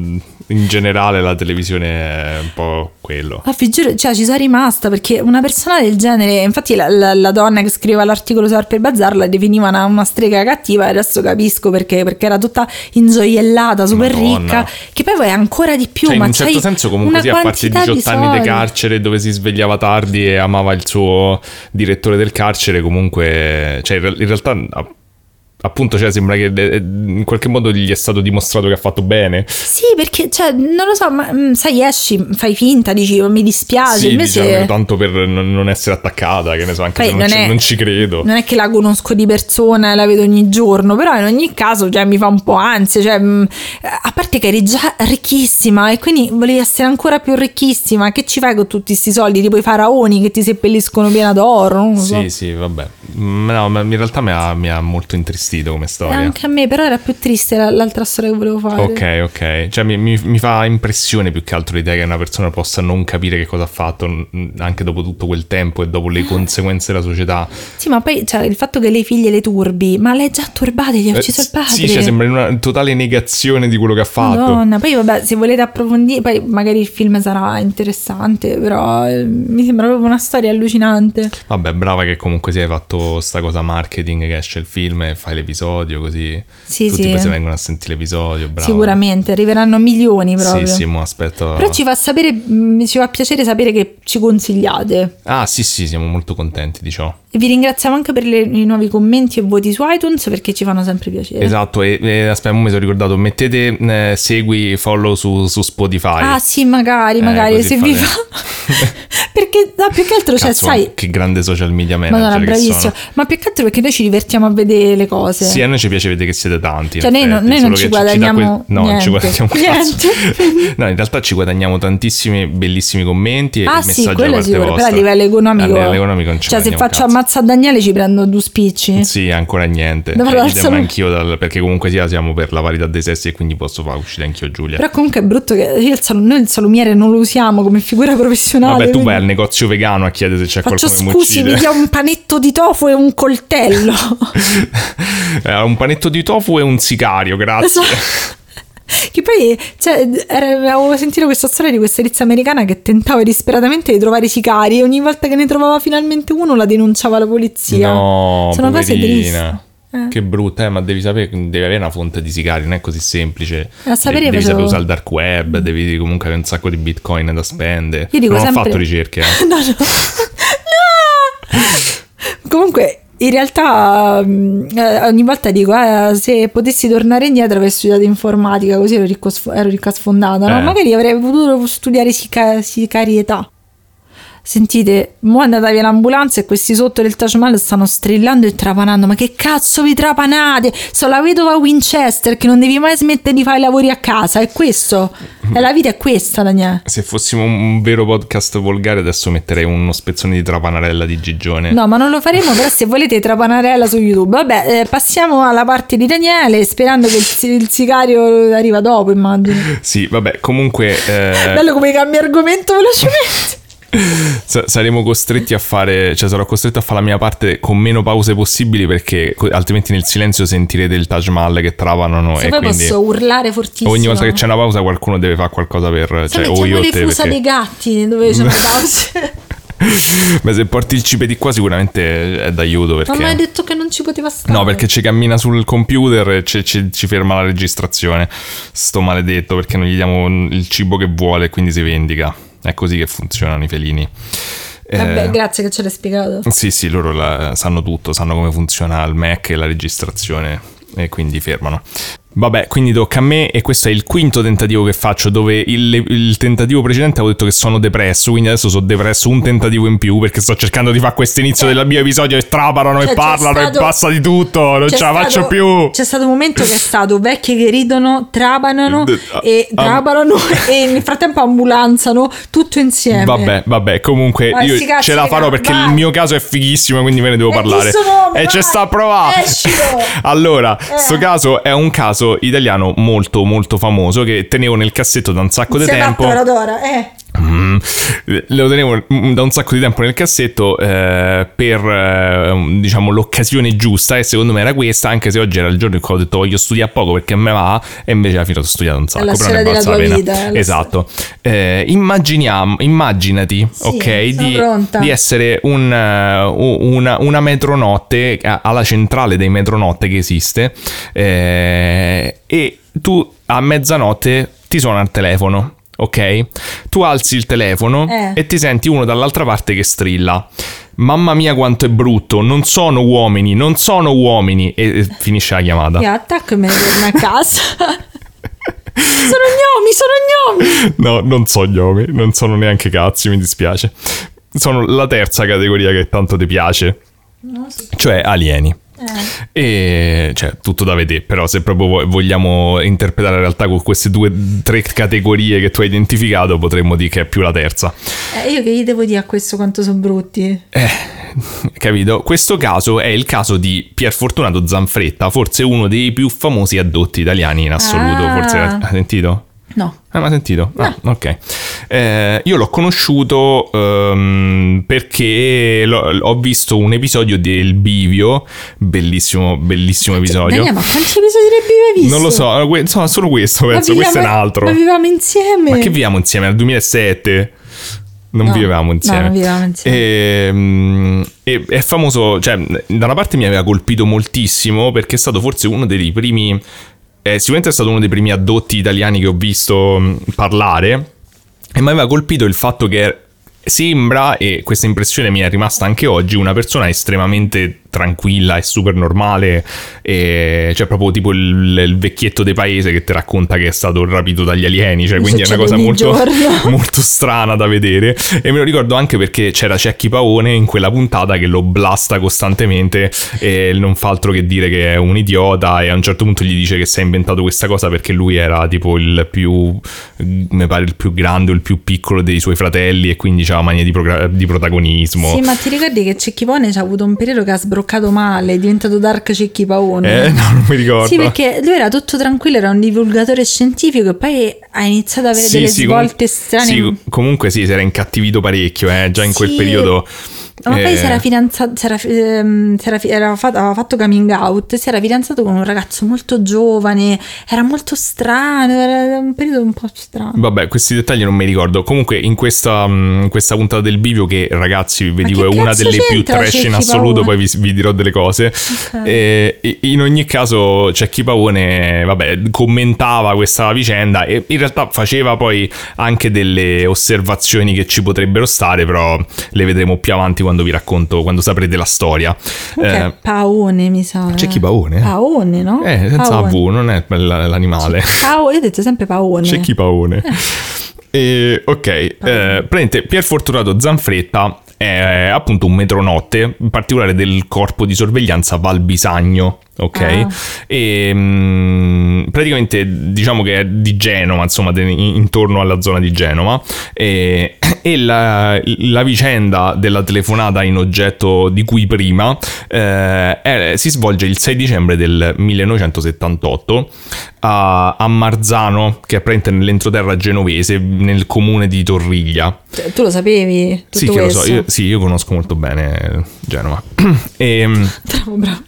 in generale la televisione è un po' quello. Ma vi giuro, cioè ci sono rimasta, perché una persona del genere, infatti la, la, la donna che scriveva l'articolo su Harper Bazaar la definiva una, una strega cattiva, e adesso capisco perché, perché era tutta ingioiellata, super Madonna. ricca, che poi è ancora di più. Cioè, ma in un certo senso comunque sì, a parte i diciotto anni di carcere dove si svegliava tardi e amava il suo direttore del carcere, comunque, cioè in realtà appunto, cioè sembra che in qualche modo gli è stato dimostrato che ha fatto bene. Sì, perché cioè non lo so, ma sai, esci, fai finta, dici mi dispiace, sì, invece diciamo, tanto per non essere attaccata, che ne so, anche se non, non, ci, è, non ci credo. Non è che la conosco di persona e la vedo ogni giorno, però in ogni caso cioè, mi fa un po' ansia, cioè, a parte che eri già ricchissima e quindi volevi essere ancora più ricchissima, che ci fai con tutti questi soldi, tipo i faraoni che ti seppelliscono piena d'oro, non lo so. Sì, sì, vabbè. No, ma in realtà mi ha, mi ha molto intristito come storia. Anche a me, però era più triste l'altra storia che volevo fare. Ok, ok. Cioè mi, mi, mi fa impressione più che altro l'idea che una persona possa non capire che cosa ha fatto anche dopo tutto quel tempo e dopo le conseguenze della società. Sì, ma poi cioè, il fatto che le figlie le turbi, ma lei già turbate, gli ha ucciso eh, il padre. Sì, cioè sembra una totale negazione di quello che ha fatto. Madonna, poi vabbè, se volete approfondire, poi magari il film sarà interessante, però eh, mi sembra proprio una storia allucinante. Vabbè, brava che comunque si hai fatto sta cosa marketing, che esce il film e fai l'episodio così sì, tutti sì. poi si vengono a sentire l'episodio, bravo. Sicuramente arriveranno milioni proprio. Sì, sì, mo aspetto. Però ci fa sapere, ci fa piacere sapere che ci consigliate. Ah sì sì, siamo molto contenti di ciò. E vi ringraziamo anche per le, i nuovi commenti e voti su iTunes, perché ci fanno sempre piacere. Esatto, e, e aspetta, mi sono ricordato, mettete eh, segui, follow su, su Spotify. Ah sì, magari, magari, eh, se fate... vi fa... perché, no, più che altro, Cazzo, cioè, sai... Che grande social media manager. Madonna, bravissimo. Sono. Ma più che altro perché noi ci divertiamo a vedere le cose. Sì, a noi ci piace vedere che siete tanti. Cioè, noi, no, noi non ci guadagniamo ci que... No, niente. non ci guadagniamo un cazzo. Niente. No, in realtà ci guadagniamo tantissimi bellissimi commenti e ah, messaggi sì, da parte sicuro, vostra. però a livello economico, a livello economico non ci cioè se faccio cazzo. ammazza Daniele ci prendo due spicci. Sì, ancora niente. Cioè, solo... anch'io dal... perché comunque sia siamo per la parità dei sessi e quindi posso far uscire anch'io Giulia. Però comunque è brutto che io il sal... noi il salumiere non lo usiamo come figura professionale. Vabbè, tu quindi... vai al negozio vegano a chiedere se c'è faccio, qualcuno che mi uccide. Scusi, mi dia un panetto di tofu e un coltello. eh, un panetto di tofu e un sicario, grazie. Esatto. Che poi cioè, era, avevo sentito questa storia di questa tizia americana che tentava disperatamente di trovare i sicari e ogni volta che ne trovava finalmente uno la denunciava alla polizia. No, sono cose tristi. Eh. Che brutta, eh, ma devi sapere, devi avere una fonte di sicari, non è così semplice. A sapere devi, devi facevo... sapere usare il dark web, devi comunque avere un sacco di bitcoin da spendere. Io dico non sempre... ho fatto ricerche. Eh. no, no. no! Comunque... in realtà eh, ogni volta dico eh, se potessi tornare indietro avrei studiato informatica, così ero, ricco, ero ricca sfondata, no? Eh. Magari avrei potuto studiare sica- sicarietà. Sentite, mo' è andata via l'ambulanza e questi sotto del Taj Mahal stanno strillando e trapanando. Ma che cazzo vi trapanate? Sono la vedova Winchester che non devi mai smettere di fare i lavori a casa. È questo, è la vita è questa, Daniele. Se fossimo un vero podcast volgare adesso metterei uno spezzone di trapanarella di Gigione. No, ma non lo faremo, però se volete trapanarella su YouTube. Vabbè, eh, passiamo alla parte di Daniele, sperando che il, il sicario arriva dopo, immagino. Sì, vabbè, comunque eh... bello come cambia argomento velocemente. Saremo costretti a fare, cioè sarò costretto a fare la mia parte con meno pause possibili, perché altrimenti nel silenzio sentirete il Taj Mahal che trapanano. Se e poi quindi posso urlare fortissimo. Ogni volta che c'è una pausa qualcuno deve fare qualcosa per, cioè, o io o te, le fusa perché... dei gatti dove c'è le pause. Beh, se porti il cipeti qua sicuramente è d'aiuto, perché... Ma mi hai detto che non ci poteva stare. No, perché ci cammina sul computer e ci, ci, ci ferma la registrazione. Sto maledetto, perché non gli diamo il cibo che vuole e quindi si vendica. È così che funzionano i felini. Vabbè, eh, grazie che ce l'hai spiegato. Sì, sì, loro la, sanno tutto, sanno come funziona il Mac e la registrazione e quindi fermano. Vabbè, quindi tocca a me e questo è il quinto tentativo che faccio, dove il, il tentativo precedente avevo detto che sono depresso, quindi adesso sono depresso un tentativo in più perché sto cercando di fare questo inizio del mio episodio e trapano cioè, e parlano stato, e passa di tutto, non ce la faccio stato, più. C'è stato un momento che è stato vecchie che ridono, trabanano D- e um, trabanano e nel frattempo ambulanzano tutto insieme. Vabbè, vabbè, comunque vai, io cazzi, ce la farò perché vai. il mio caso è fighissimo, quindi ve ne devo Eh, parlare. nome, E vai, ci sta a provare. Allora, eh. sto caso è un caso italiano molto molto famoso che tenevo nel cassetto da un sacco di tempo. Toradora, eh. Mm, lo tenevo da un sacco di tempo nel cassetto eh, per eh, diciamo l'occasione giusta, e secondo me era questa, anche se oggi era il giorno in cui ho detto voglio studiare poco perché me va, e invece alla fine ho studiato un sacco. È la però ne storia valsa della la tua pena. vita, Esatto. Eh, immaginiamo immaginati sì, ok sono di, pronta. di essere un, uh, una, una metronotte alla centrale dei metronotte che esiste, eh, e tu a mezzanotte ti suona il telefono. Ok? Tu alzi il telefono eh. e ti senti uno dall'altra parte che strilla: mamma mia quanto è brutto, non sono uomini, non sono uomini, e, e finisce la chiamata. Io attacco e me ne torno a casa. Sono gnomi, sono gnomi. No, non so gnomi, non sono neanche cazzi, mi dispiace. Sono la terza categoria che tanto ti piace, No, sì. cioè alieni. Eh. E cioè tutto da vedere, però se proprio vogliamo interpretare la realtà con queste due tre categorie che tu hai identificato, potremmo dire che è più la terza. Eh, io che gli devo dire a questo quanto sono brutti? Eh, capito? Questo caso è il caso di Pierfortunato Zanfretta, forse uno dei più famosi addotti italiani in assoluto. Ah. Forse hai sentito? No. Ah, ma sentito? No. Ah, ok. Eh, io l'ho conosciuto um, perché l'ho, ho visto un episodio del Bivio, bellissimo, bellissimo episodio. Daniele, ma quanti episodi del Bivio hai visto? Non lo so, que- insomma, solo questo, penso, Ma questo è un viviamo- altro. Ma vivevamo insieme. Ma che viviamo insieme? Nel duemilasette? Non No, vivevamo insieme. no, non vivevamo insieme. E, mm, e- è famoso, cioè, da una parte mi aveva colpito moltissimo perché è stato forse uno dei primi, eh, sicuramente è stato uno dei primi addotti italiani che ho visto mh, parlare, e mi aveva colpito il fatto che sembra, e questa impressione mi è rimasta anche oggi, una persona estremamente tranquilla e super normale, e cioè proprio tipo il, il vecchietto de paese che ti racconta che è stato rapito dagli alieni, cioè, Mi quindi è una succede cosa ogni molto, giorno. molto strana da vedere. E me lo ricordo anche perché c'era Cecchi Pavone in quella puntata che lo blasta costantemente e non fa altro che dire che è un idiota, e a un certo punto gli dice che si è inventato questa cosa perché lui era tipo il più, mi pare il più grande o il più piccolo dei suoi fratelli, e quindi c'ha mania di, progra- di protagonismo. Sì, ma ti ricordi che Cecchi Pavone c'ha avuto un periodo che ha sbroccato male, è diventato Dark Cecchi Pavone? Eh, no, non mi ricordo. Sì, perché lui era tutto tranquillo, era un divulgatore scientifico, e poi ha iniziato ad avere Sì, delle sì, svolte comunque, strane. sì, comunque sì, si era incattivito parecchio, eh, già in quel Sì. periodo. Ma poi eh, si era fidanzato, si era, ehm, si era, era fatto, aveva fatto coming out, si era fidanzato con un ragazzo molto giovane, era molto strano, era un periodo un po' strano. Vabbè, questi dettagli non mi ricordo. Comunque in questa, in questa puntata del Bivio, che ragazzi vi Ma dico che è una cazzo delle più c'entra trash in Cecchi assoluto, Pavone? poi vi, vi dirò delle cose. Ok. E, e in ogni caso Cecchi Pavone, vabbè, commentava questa vicenda e in realtà faceva poi anche delle osservazioni che ci potrebbero stare, però le vedremo più avanti quando vi racconto, quando saprete la storia. Ok, Eh, Paone mi sa. Cecchi Pavone? Paone, no? Eh, senza Paone. V, non è l- l'animale. Paone, io ho detto sempre Paone. Cecchi Pavone. E, ok, eh, praticamente Pierfortunato Zanfretta è appunto un metronotte, in particolare del corpo di sorveglianza Val Bisagno, ok? Ah. E mh, praticamente diciamo che è di Genova, insomma, de- intorno alla zona di Genova, e, e la, la vicenda della telefonata in oggetto di cui prima eh, è- si svolge il sei dicembre del millenovecentosettantotto a, a Marzano, che è praticamente nell'entroterra genovese, nel comune di Torriglia. Cioè, tu lo sapevi? Tutto Sì, che lo questo? so, io, sì, io conosco molto bene Genova. e, Bravo, bravo.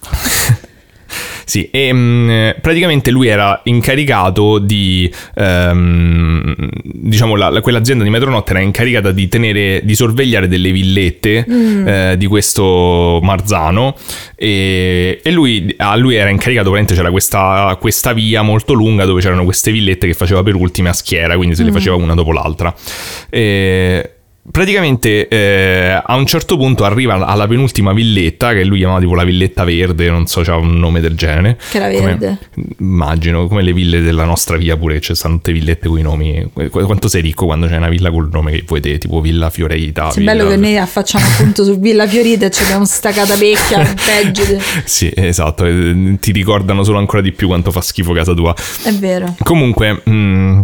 sì, e mh, praticamente lui era incaricato di, ehm, diciamo, la, la- quell'azienda di metronotte era incaricata di tenere, di sorvegliare delle villette Mm. eh, di questo Marzano, e, e lui, a lui era incaricato, praticamente c'era questa, questa via molto lunga dove c'erano queste villette che faceva per ultime a schiera, quindi se le Mm. faceva una dopo l'altra. E praticamente eh, a un certo punto arriva alla penultima villetta, che lui chiamava tipo la villetta verde, non so, c'ha un nome del genere. Che era verde? Come, immagino, come le ville della nostra via pure, ci stanno tutte villette con i nomi. Quanto sei ricco quando c'è una villa col nome che vuoi te, tipo Villa Fiorita. Sì, villa... bello che noi affacciamo appunto su Villa Fiorita e ci abbiamo sta catapecchia, peggio. De... Sì, esatto, ti ricordano solo ancora di più quanto fa schifo casa tua. È vero. Comunque... Mh,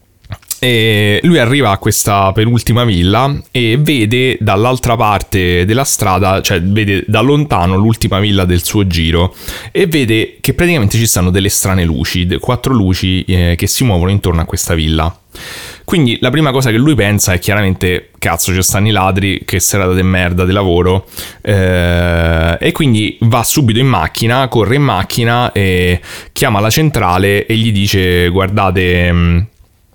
E lui arriva a questa penultima villa e vede dall'altra parte della strada, cioè vede da lontano l'ultima villa del suo giro e vede che praticamente ci stanno delle strane luci, quattro luci eh, che si muovono intorno a questa villa. Quindi la prima cosa che lui pensa è chiaramente, cazzo, ci stanno i ladri, che serata di merda di lavoro, eh, e quindi va subito in macchina, corre in macchina e chiama la centrale e gli dice: guardate...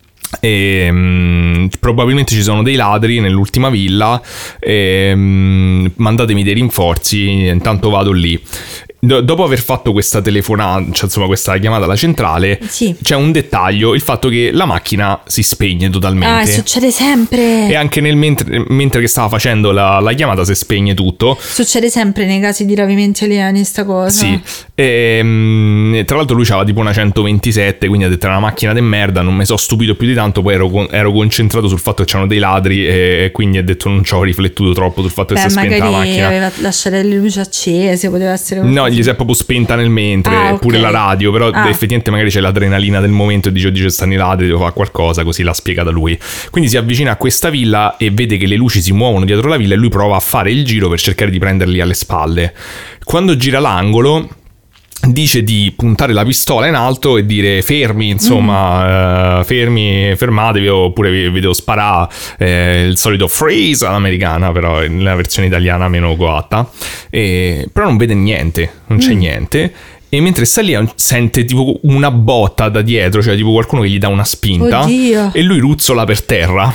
E, um, probabilmente ci sono dei ladri nell'ultima villa e, um, mandatemi dei rinforzi, intanto vado lì. Do- dopo aver fatto questa telefonata, cioè insomma questa chiamata alla centrale, sì. C'è un dettaglio, il fatto che la macchina si spegne totalmente. Ah, succede sempre. E anche nel mentre, mentre che stava facendo la, la chiamata si spegne tutto. Succede sempre nei casi di rapimenti alieni sta cosa. Sì. E, um, tra l'altro lui c'aveva tipo una centoventisette, quindi ha detto: è una macchina de merda, non mi sono stupito più di tanto. Poi ero, ero concentrato sul fatto che c'erano dei ladri e, e quindi ha detto: non ci ho riflettuto troppo sul fatto che Beh, si è spenta la macchina. Aveva lasciato le luci accese, poteva essere no, gli si è proprio spenta nel mentre, ah, okay. Pure la radio, però ah. effettivamente magari c'è l'adrenalina del momento e dice: dice stanno i ladri, devo fare qualcosa, così l'ha spiegata lui. Quindi si avvicina a questa villa e vede che le luci si muovono dietro la villa e lui prova a fare il giro per cercare di prenderli alle spalle. Quando gira l'angolo dice di puntare la pistola in alto e dire: fermi, insomma, mm. uh, fermi, fermatevi, oppure vi, vi devo sparare, eh, il solito freeze all'americana, però nella versione italiana meno coatta. E, però non vede niente, non c'è mm. niente. E mentre sta lì sente tipo una botta da dietro, cioè tipo qualcuno che gli dà una spinta. Oddio. E lui ruzzola per terra.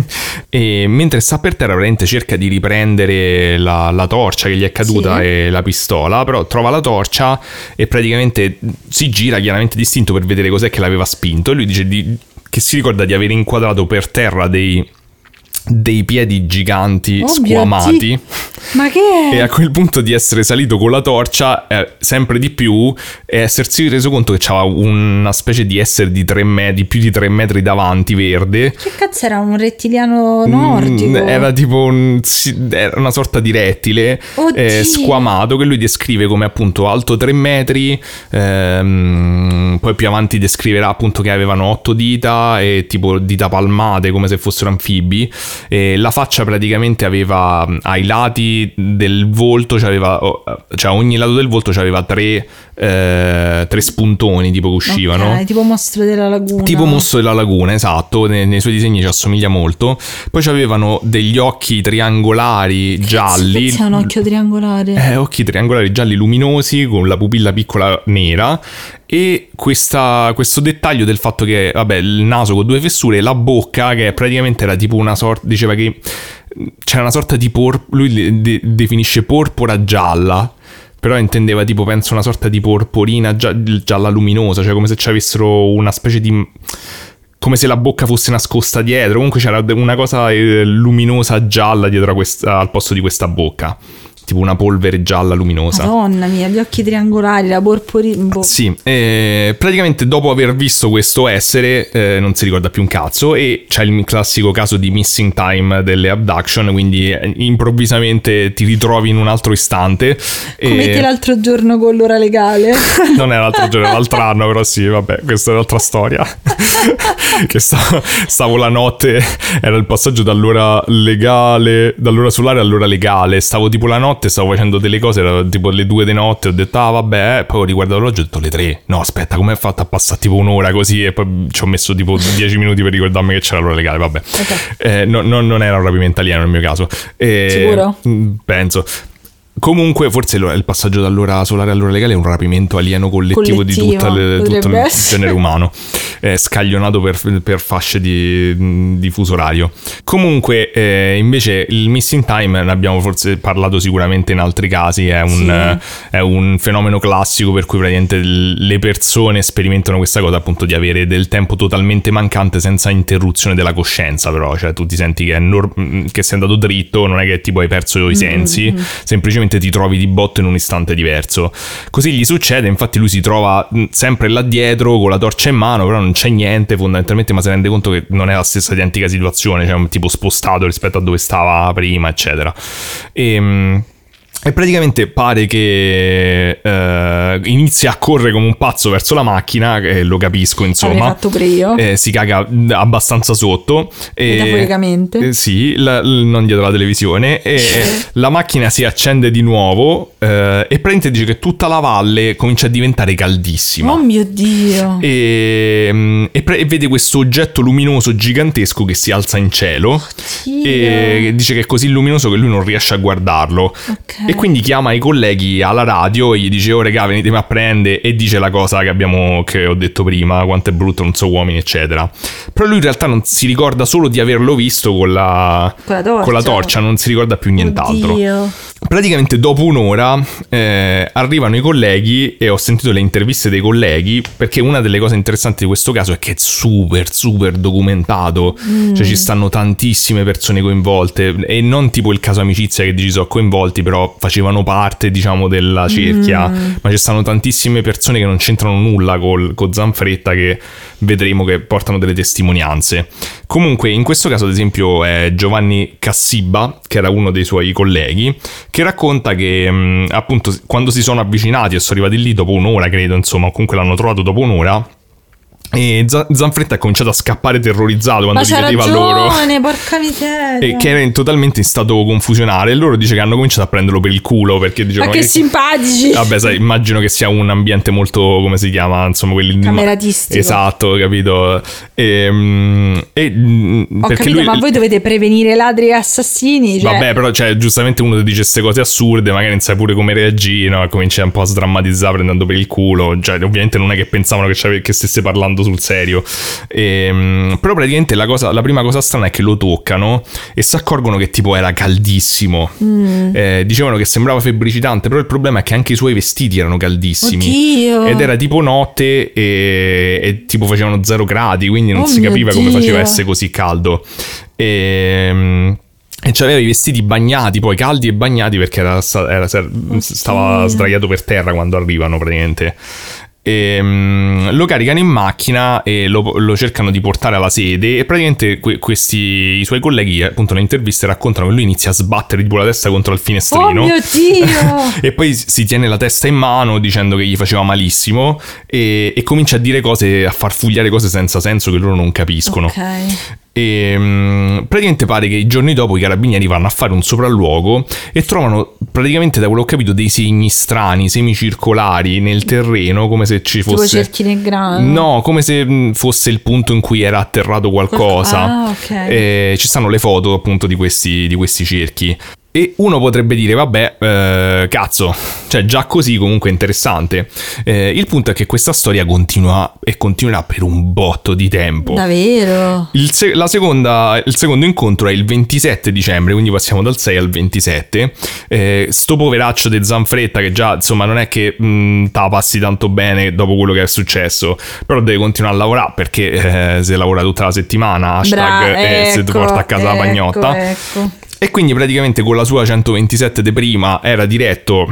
E mentre sta per terra veramente cerca di riprendere la, la torcia che gli è caduta, sì. E la pistola, però trova la torcia e praticamente si gira chiaramente distinto per vedere cos'è che l'aveva spinto. E lui dice di, che si ricorda di aver inquadrato per terra dei... dei piedi giganti, oh, squamati. Ma che è? E a quel punto di essere salito con la torcia eh, sempre di più e essersi reso conto che c'aveva una specie di essere di tre metri, più di tre metri davanti, verde. Che cazzo era? Un rettiliano nordico? Mm, era tipo un, era una sorta di rettile eh, squamato che lui descrive come appunto alto tre metri, ehm, poi più avanti descriverà appunto che avevano otto dita e tipo dita palmate come se fossero anfibi. E la faccia praticamente aveva ai lati del volto, cioè, aveva, cioè ogni lato del volto aveva tre, eh, tre spuntoni tipo che uscivano. Okay, tipo mostro della laguna. Tipo mostro della laguna, esatto. Nei, nei suoi disegni ci assomiglia molto. Poi avevano degli occhi triangolari gialli. Che c'è un occhio triangolare? Eh, occhi triangolari gialli luminosi con la pupilla piccola nera. E questa, questo dettaglio del fatto che, vabbè, il naso con due fessure, la bocca che praticamente era tipo una sorta, diceva che c'era una sorta di por, lui de- definisce porpora gialla, però intendeva tipo, penso, una sorta di porporina gia- gialla luminosa, cioè come se ci avessero una specie di... come se la bocca fosse nascosta dietro, comunque c'era una cosa eh, luminosa gialla dietro a questa, al posto di questa bocca. Tipo una polvere gialla luminosa. Madonna mia, gli occhi triangolari, la porporina. Boh. Sì, eh, praticamente dopo aver visto questo essere eh, non si ricorda più un cazzo. E c'è il classico caso di missing time delle abduction, quindi eh, improvvisamente ti ritrovi in un altro istante. Come e... te l'altro giorno con l'ora legale. Non è l'altro giorno, è l'altro anno, però sì, vabbè, questa è un'altra storia. Che stavo, stavo la notte, era il passaggio dall'ora legale, dall'ora solare all'ora legale. Stavo tipo la notte, stavo facendo delle cose, era tipo le due di notte, ho detto ah vabbè, eh. Poi ho riguardato l'orologio e ho detto le tre. No aspetta, come è fatto a passare tipo un'ora così? E poi ci ho messo tipo dieci minuti per ricordarmi che c'era l'ora legale, vabbè. Okay. Eh, no, no, non era un rapimento alieno nel mio caso. Eh, Sicuro? Penso. comunque forse lo- il passaggio dall'ora solare all'ora legale è un rapimento alieno collettivo, Collettivo, di tutta le- tutto potrebbe il essere. genere umano, eh, scaglionato per, per fasce di, di fuso orario. Comunque eh, invece il missing time, ne abbiamo forse parlato sicuramente in altri casi, è un, Sì. eh, è un fenomeno classico per cui praticamente l- le persone sperimentano questa cosa, appunto, di avere del tempo totalmente mancante senza interruzione della coscienza. Però cioè tu ti senti che, è nor- che sei andato dritto, non è che tipo hai perso i sensi, Mm-hmm. semplicemente ti trovi di botto in un istante diverso. Così gli succede, infatti lui si trova mh, sempre là dietro con la torcia in mano, però non c'è niente fondamentalmente, ma si rende conto che non è la stessa identica situazione, cioè un tipo spostato rispetto a dove stava prima, eccetera. E... mh, E praticamente pare che eh, inizia a correre come un pazzo verso la macchina, che lo capisco, insomma. L'avrei fatto pure io. Eh, si caga abbastanza sotto. E, Metaforicamente. eh, sì, la- l- non dietro la televisione. E la macchina si accende di nuovo eh, e praticamente dice che tutta la valle comincia a diventare caldissima. Oh mio Dio. E, mm, e pre- e vede questo oggetto luminoso gigantesco che si alza in cielo. Dio. E dice che è così luminoso che lui non riesce a guardarlo. Ok. E quindi chiama i colleghi alla radio e gli dice: oh regà, venitemi a prendere. E dice la cosa che abbiamo che ho detto prima, quanto è brutto, non so uomini, eccetera. Però lui in realtà non si ricorda solo di averlo visto con la, Con la torcia. con la torcia, non si ricorda più nient'altro. Oddio. Praticamente dopo un'ora eh, arrivano i colleghi e ho sentito le interviste dei colleghi, perché una delle cose interessanti di questo caso è che è super super documentato. Mm. Cioè ci stanno tantissime persone coinvolte, e non tipo il caso amicizia che dici sono coinvolti, però facevano parte, diciamo, della cerchia, Mm. ma ci stanno tantissime persone che non c'entrano nulla col, con Zanfretta, che vedremo che portano delle testimonianze. Comunque in questo caso ad esempio è Giovanni Cassiba, che era uno dei suoi colleghi, che racconta che mh, appunto quando si sono avvicinati e sono arrivati lì dopo un'ora, credo, insomma, comunque l'hanno trovato dopo un'ora, e Z- Zanfretta ha cominciato a scappare terrorizzato quando Ma c'ha rivedeva loro. ragione, porca miseria. E che era in- totalmente in stato confusionale. E loro dice che hanno cominciato a prenderlo per il culo, perché dicevano Ma che simpatici. Vabbè, sai, immagino che sia un ambiente molto, come si chiama, insomma, quelli Cameratistico. Esatto, capito? E, mm, e, mm, Ho perché capito, lui ma voi dovete prevenire ladri e assassini. Cioè... Vabbè, però cioè, giustamente uno ti dice queste cose assurde, magari non sai pure come reagire, no? E cominci un po' a sdrammatizzare prendendo per il culo. Cioè, ovviamente non è che pensavano che, c'ave- che stesse parlando sul serio. Ehm, però praticamente la, cosa, la prima cosa strana è che lo toccano e si accorgono che tipo era caldissimo. Mm. Eh, dicevano che sembrava febbricitante, però il problema è che anche i suoi vestiti erano caldissimi. Oddio. Ed era tipo notte e, e tipo facevano zero gradi, quindi non Oh si mio capiva come Dio. faceva a essere così caldo. E, e c'aveva i vestiti bagnati, poi caldi e bagnati, perché era, sta- era- stava sdraiato per terra quando arrivano praticamente. E, um, lo caricano in macchina e lo, lo cercano di portare alla sede, e praticamente que- questi i suoi colleghi, appunto, nelle interviste raccontano che lui inizia a sbattere tipo la testa contro il finestrino. Oh mio Dio. E poi si tiene la testa in mano dicendo che gli faceva malissimo, e, e comincia a dire cose, a far fugliare cose senza senso che loro non capiscono. Ok. E um, praticamente pare che i giorni dopo i carabinieri vanno a fare un sopralluogo e trovano praticamente, da quello che ho capito, dei segni strani, semicircolari nel terreno, come se ci Tipo fosse... cerchi nel grano. No, come se mh, fosse il punto in cui era atterrato qualcosa. Ah, ok. E ci stanno le foto appunto di questi, di questi cerchi. E uno potrebbe dire, vabbè, eh, cazzo, cioè già così comunque è interessante. Eh, il punto è che questa storia continua e continuerà per un botto di tempo. Davvero? Il, se- la seconda, il secondo incontro è il ventisette dicembre, quindi passiamo dal sei al ventisette. Eh, sto poveraccio di Zanfretta, che già insomma non è che mh, te la passi tanto bene dopo quello che è successo, però deve continuare a lavorare, perché eh, se lavora tutta la settimana, hashtag, Bra- e se ti ecco, porta a casa la ecco, pagnotta. Ecco. E quindi praticamente con la sua centoventisette de prima era diretto,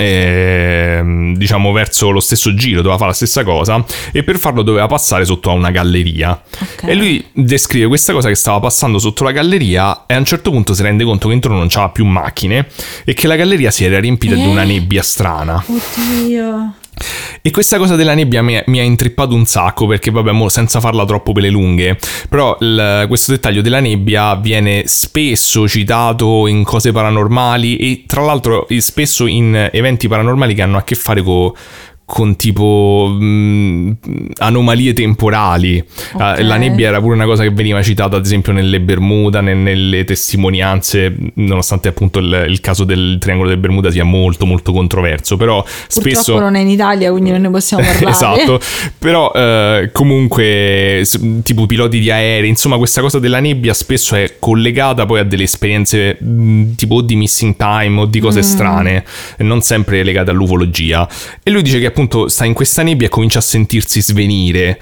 eh, diciamo, verso lo stesso giro, doveva fare la stessa cosa, e per farlo doveva passare sotto a una galleria. Ok. E lui descrive questa cosa, che stava passando sotto la galleria, e a un certo punto si rende conto che intorno non c'aveva più macchine e che la galleria si era riempita Eh? di una nebbia strana. Oddio. E questa cosa della nebbia mi, mi ha intrippato un sacco, perché vabbè, mo, senza farla troppo per le lunghe, però il, questo dettaglio della nebbia viene spesso citato in cose paranormali, e tra l'altro spesso in eventi paranormali che hanno a che fare con con tipo mh, anomalie temporali. Okay. Uh, la nebbia era pure una cosa che veniva citata ad esempio nelle Bermuda, ne, nelle testimonianze, nonostante appunto il, il caso del triangolo del Bermuda sia molto molto controverso, però purtroppo spesso non è in Italia, quindi non ne possiamo parlare. esatto, però uh, comunque tipo piloti di aerei, insomma questa cosa della nebbia spesso è collegata poi a delle esperienze mh, tipo di missing time o di cose mm. strane, non sempre legate all'ufologia. E lui dice che appunto sta in questa nebbia e comincia a sentirsi svenire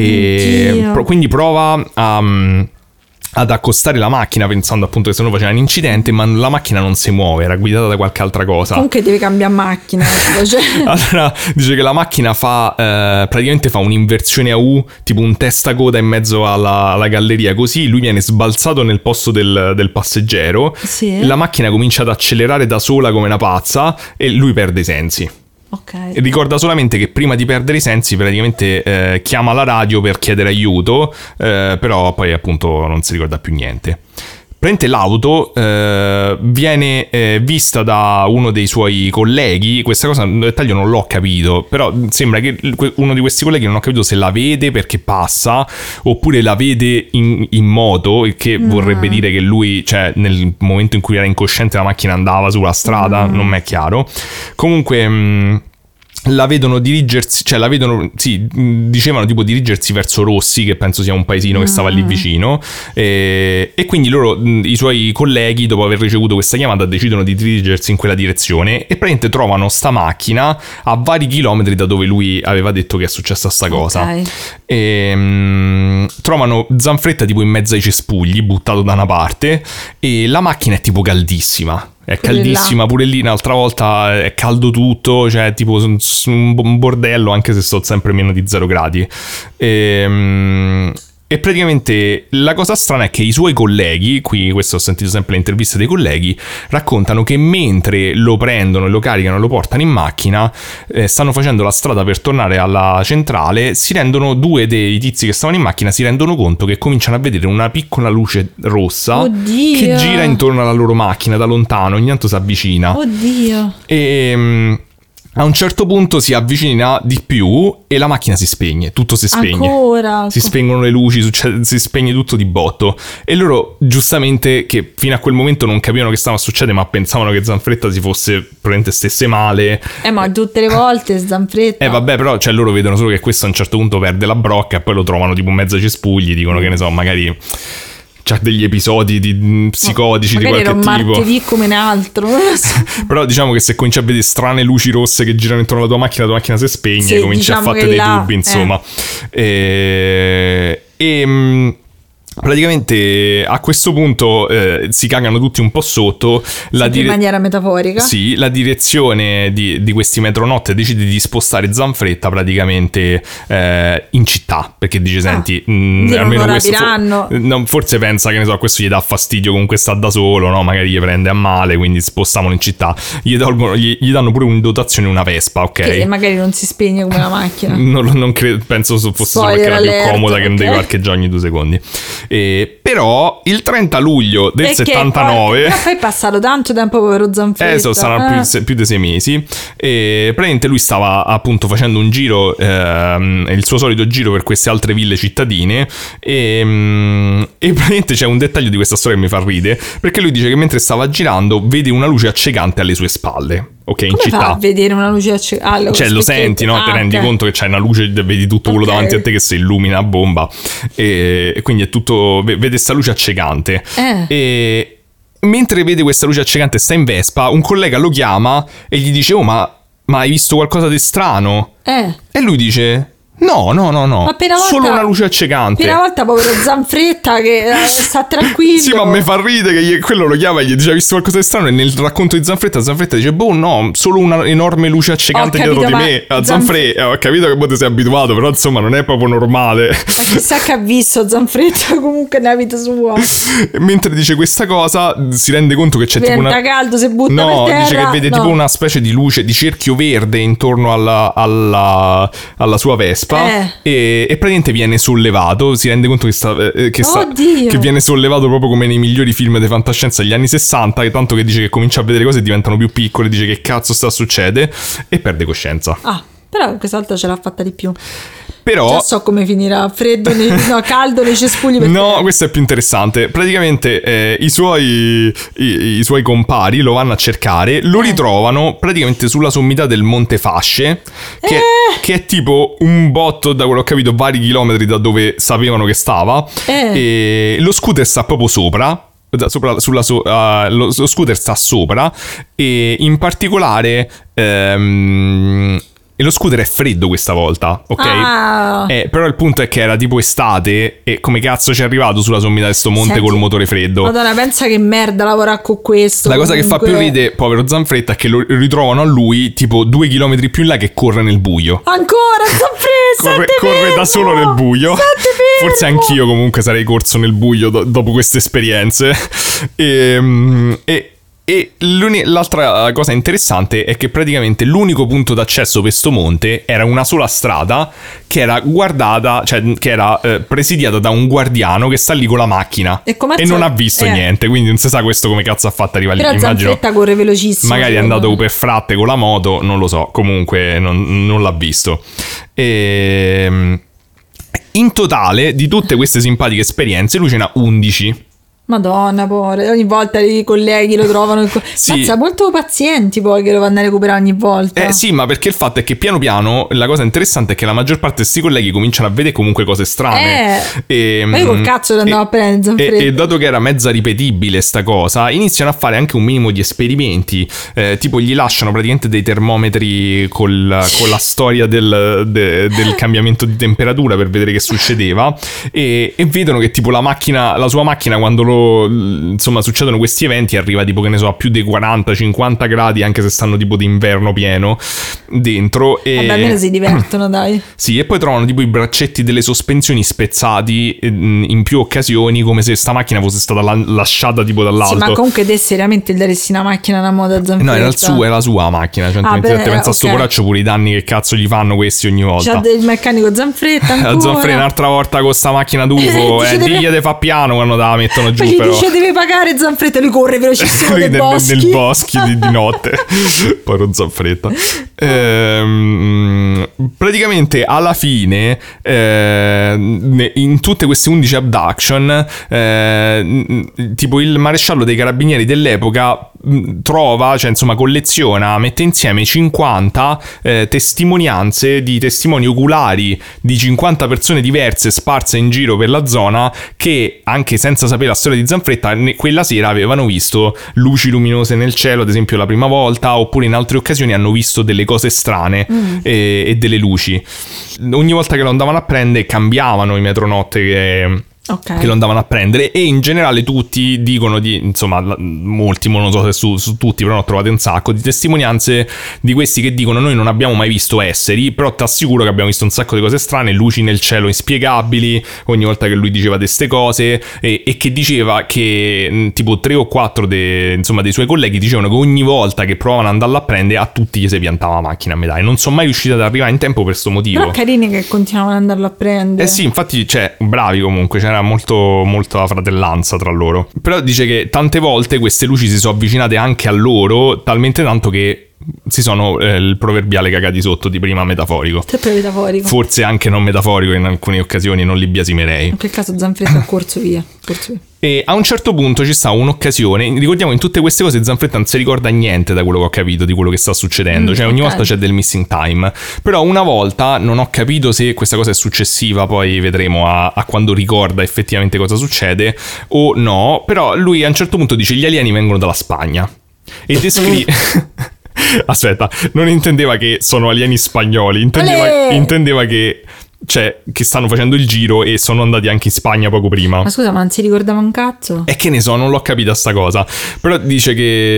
e pro- quindi prova a, um, ad accostare la macchina pensando appunto che se no faceva un incidente, ma la macchina non si muove, era guidata da qualche altra cosa. Comunque deve cambiare macchina. Cioè. Allora dice che la macchina fa eh, praticamente fa un'inversione a U, tipo un testacoda in mezzo alla, alla galleria, così lui viene sbalzato nel posto del, del passeggero, sì. La macchina comincia ad accelerare da sola come una pazza e lui perde i sensi. Okay. Ricorda solamente che prima di perdere i sensi praticamente eh, chiama la radio per chiedere aiuto, eh, però poi appunto non si ricorda più niente. Prende l'auto, eh, viene eh, vista da uno dei suoi colleghi. Questa cosa in dettaglio non l'ho capito, però sembra che uno di questi colleghi, non ho capito se la vede perché passa oppure la vede in, in moto, il che mm. vorrebbe dire che lui, cioè nel momento in cui era incosciente la macchina andava sulla strada, mm. non mi è chiaro. Comunque mh, la vedono dirigersi, cioè la vedono, sì, dicevano tipo dirigersi verso Rossi, che penso sia un paesino che stava lì vicino, e, e quindi loro, i suoi colleghi, dopo aver ricevuto questa chiamata, decidono di dirigersi in quella direzione e praticamente trovano sta macchina a vari chilometri da dove lui aveva detto che è successa sta cosa. Okay. E, mh, trovano Zanfretta tipo in mezzo ai cespugli, buttato da una parte, e la macchina è tipo caldissima. È pure caldissima là. Pure lì, un'altra volta è caldo tutto, cioè tipo un bordello, anche se sto sempre meno di zero gradi. E, e praticamente la cosa strana è che i suoi colleghi, qui questo ho sentito sempre le interviste dei colleghi, raccontano che mentre lo prendono, lo caricano, lo portano in macchina, eh, stanno facendo la strada per tornare alla centrale, si rendono, due dei tizi che stavano in macchina si rendono conto che cominciano a vedere una piccola luce rossa. Oddio. Che gira intorno alla loro macchina da lontano, ogni tanto si avvicina. Oddio. E um, a un certo punto si avvicina di più e la macchina si spegne, tutto si spegne. Ancora? Si spengono le luci, succede, si spegne tutto di botto. E loro giustamente, che fino a quel momento non capivano che stava succedendo, ma pensavano che Zanfretta si fosse, probabilmente stesse male. Eh ma tutte le volte Zanfretta. Eh vabbè, però cioè loro vedono solo che questo a un certo punto perde la brocca e poi lo trovano tipo in mezzo ai cespugli, dicono che ne so, magari c'ha degli episodi di psicotici di qualche tipo. Magari era un martedì tipo come un altro, non lo so. Però diciamo che se cominci a vedere strane luci rosse che girano intorno alla tua macchina, la tua macchina si spegne, sì, cominci diciamo a fare dei là, dubbi, insomma. Eh. E... e praticamente a questo punto eh, si cagano tutti un po' sotto la dire- in maniera metaforica. Sì, la direzione di, di questi metronotte decide di spostare Zanfretta praticamente eh, in città, perché dice ah, senti mh, sì, almeno non questo rapiranno. for- no, forse pensa che ne so, questo gli dà fastidio, comunque sta da solo, no? Magari gli prende a male, quindi spostavano in città, gli, tolgono, gli, gli danno pure in dotazione una Vespa, ok? Che magari non si spegne come la macchina. non, non credo, penso fosse solo perché era alert, più comoda, che non okay. devi parcheggiare ogni due secondi. E, però il trenta luglio del perché settantanove, poi, poi è passato tanto tempo povero Zanfretta, eh, so, saranno eh. più, più di sei mesi, e praticamente lui stava appunto facendo un giro, ehm, il suo solito giro per queste altre ville cittadine, e, e praticamente c'è un dettaglio di questa storia che mi fa ridere, perché lui dice che mentre stava girando vede una luce accecante alle sue spalle. Ok, in come città. fa a vedere una luce accesa? Ah, cioè lo senti, no? Ah, Ti rendi okay. conto che c'hai una luce, vedi tutto quello okay. davanti a te che si illumina a bomba, e, e quindi è tutto, vede questa luce accecante, eh. e mentre vede questa luce accecante sta in Vespa, un collega lo chiama e gli dice: oh, ma, ma hai visto qualcosa di strano? Eh. E lui dice: no, no, no, no, volta, solo una luce accecante. Per una volta povero Zanfretta che eh, sta tranquillo. Sì, ma mi fa ridere che gli, quello lo chiama e gli dice: hai visto qualcosa di strano? E nel racconto di Zanfretta, Zanfretta dice: boh, no, solo una enorme luce accecante capito, dietro di me. A Zanf- Zanfretta, eh, ho capito che poi ti sei abituato, però insomma non è proprio normale. Ma chissà che ha visto Zanfretta comunque nella vita sua. E mentre dice questa cosa si rende conto che c'è Diventa tipo una... caldo, si butta no, per terra. dice che vede no. tipo una specie di luce, di cerchio verde intorno alla, alla, alla sua Vespa, eh. e E, e praticamente viene sollevato, si rende conto che sta, eh, che, sta che viene sollevato proprio come nei migliori film di fantascienza degli anni sessanta, che tanto che dice che comincia a vedere cose e diventano più piccole, dice che cazzo sta succede, e perde coscienza. Ah. Però questa volta ce l'ha fatta di più. Però già so come finirà, freddo nei, no, caldo nei cespugli. Perché... No, questo è più interessante. Praticamente eh, i suoi i, i suoi compari lo vanno a cercare, lo eh. ritrovano praticamente sulla sommità del Monte Fasce, che, eh. che è tipo un botto, da quello che ho capito, vari chilometri da dove sapevano che stava. Eh. E lo scooter sta proprio sopra. Sopra, sulla so, uh, lo, lo scooter sta sopra, e in particolare um, e lo scooter è freddo questa volta, ok? Ah. Eh, però il punto è che era tipo estate, e come cazzo ci è arrivato sulla sommità di sto monte? Senti, col motore freddo? Madonna, pensa che merda lavorare con questo. La cosa comunque... che fa più ridere, povero Zanfretta, è che lo ritrovano a lui tipo due chilometri più in là, che corre nel buio. Ancora Zanfretta, corre, corre da solo nel buio. Forse anch'io comunque sarei corso nel buio do- dopo queste esperienze. e, e E l'altra cosa interessante è che praticamente l'unico punto d'accesso per sto monte era una sola strada, che era guardata, cioè che era eh, presidiata da un guardiano che sta lì con la macchina e, e non ha visto eh. niente, quindi non si sa questo come cazzo ha fatto arrivare lì. Però Zanfretta corre velocissimo, magari è andato per fratte con la moto, non lo so, comunque non, non l'ha visto. E in totale di tutte queste simpatiche esperienze lui ce n'ha undici. Madonna, povero, ogni volta i colleghi lo trovano. Sì. Mazza, molto pazienti poi che lo vanno a recuperare ogni volta. Eh sì, ma perché il fatto è che piano piano la cosa interessante è che la maggior parte di questi colleghi cominciano a vedere comunque cose strane. Eh, e, ma io col cazzo lo andavo a prendere Zanfretta. E, e dato che era mezza ripetibile sta cosa, iniziano a fare anche un minimo di esperimenti. Eh, tipo gli lasciano praticamente dei termometri col, con la storia del, de, del cambiamento di temperatura per vedere che succedeva. E, e vedono che tipo la macchina, la sua macchina, quando lo insomma succedono questi eventi, arriva tipo, che ne so, a più dei quaranta cinquanta gradi, anche se stanno tipo d'inverno pieno dentro. E vabbè, almeno si divertono, dai. Sì, e poi trovano tipo i braccetti delle sospensioni spezzati in più occasioni, come se sta macchina fosse stata la- lasciata tipo dall'alto. Sì, ma comunque te seriamente daresti una macchina una moda Zanfretta? No, era il suo, è la sua macchina centoventisette. Ah, pensa okay. a sto poraccio pure i danni che cazzo gli fanno questi ogni volta. C'ha il meccanico Zanfretta ancora. Zanfretta un'altra volta con sta macchina d'U F O. eh, digli deve... fa piano quando te la mettono giù. Gli però dice deve pagare Zanfretta, lui corre velocissimo lui nel, nel boschi. nel boschi di, di notte. Povero Zanfretta. ehm, praticamente alla fine eh, in tutte queste undici abduction eh, tipo il maresciallo dei carabinieri dell'epoca trova, cioè insomma colleziona, mette insieme cinquanta eh, testimonianze di testimoni oculari di cinquanta persone diverse sparse in giro per la zona, che anche senza sapere la storia di Zanfretta quella sera avevano visto luci luminose nel cielo, ad esempio la prima volta, oppure in altre occasioni hanno visto delle cose strane mm. e, e delle luci. Ogni volta che lo andavano a prendere cambiavano i metronotte che... Okay. che lo andavano a prendere, e in generale tutti dicono di, insomma, molti, non so se su, su tutti, però ne ho trovate un sacco di testimonianze di questi che dicono: noi non abbiamo mai visto esseri, però ti assicuro che abbiamo visto un sacco di cose strane, luci nel cielo inspiegabili ogni volta che lui diceva queste cose, e, e che diceva che tipo tre o quattro de, insomma, dei suoi colleghi dicevano che ogni volta che provavano ad andarla a prendere a tutti gli si piantava la macchina a metà, e non sono mai riusciti ad arrivare in tempo per questo motivo. Però carini che continuavano ad andarlo a prendere. Eh sì, infatti, cioè, bravi comunque, c'era molto molta fratellanza tra loro. Però dice che tante volte queste luci si sono avvicinate anche a loro, talmente tanto che si sono eh, il proverbiale cagati sotto di prima metaforico. Sempre metaforico. Forse anche non metaforico in alcune occasioni, non li biasimerei. In quel caso Zanfretta ha corso via, corso via. E a un certo punto ci sta un'occasione, ricordiamo in tutte queste cose Zanfretta non si ricorda niente da quello che ho capito di quello che sta succedendo, mm, cioè ogni okay. volta c'è del missing time. Però una volta, non ho capito se questa cosa è successiva, poi vedremo a, a quando ricorda effettivamente cosa succede o no, però lui a un certo punto dice: gli alieni vengono dalla Spagna, e descrive... Aspetta, non intendeva che sono alieni spagnoli, intendeva, intendeva che... cioè che stanno facendo il giro e sono andati anche in Spagna poco prima. Ma scusa, ma non si ricordava un cazzo? E che ne so, non l'ho capita sta cosa. Però dice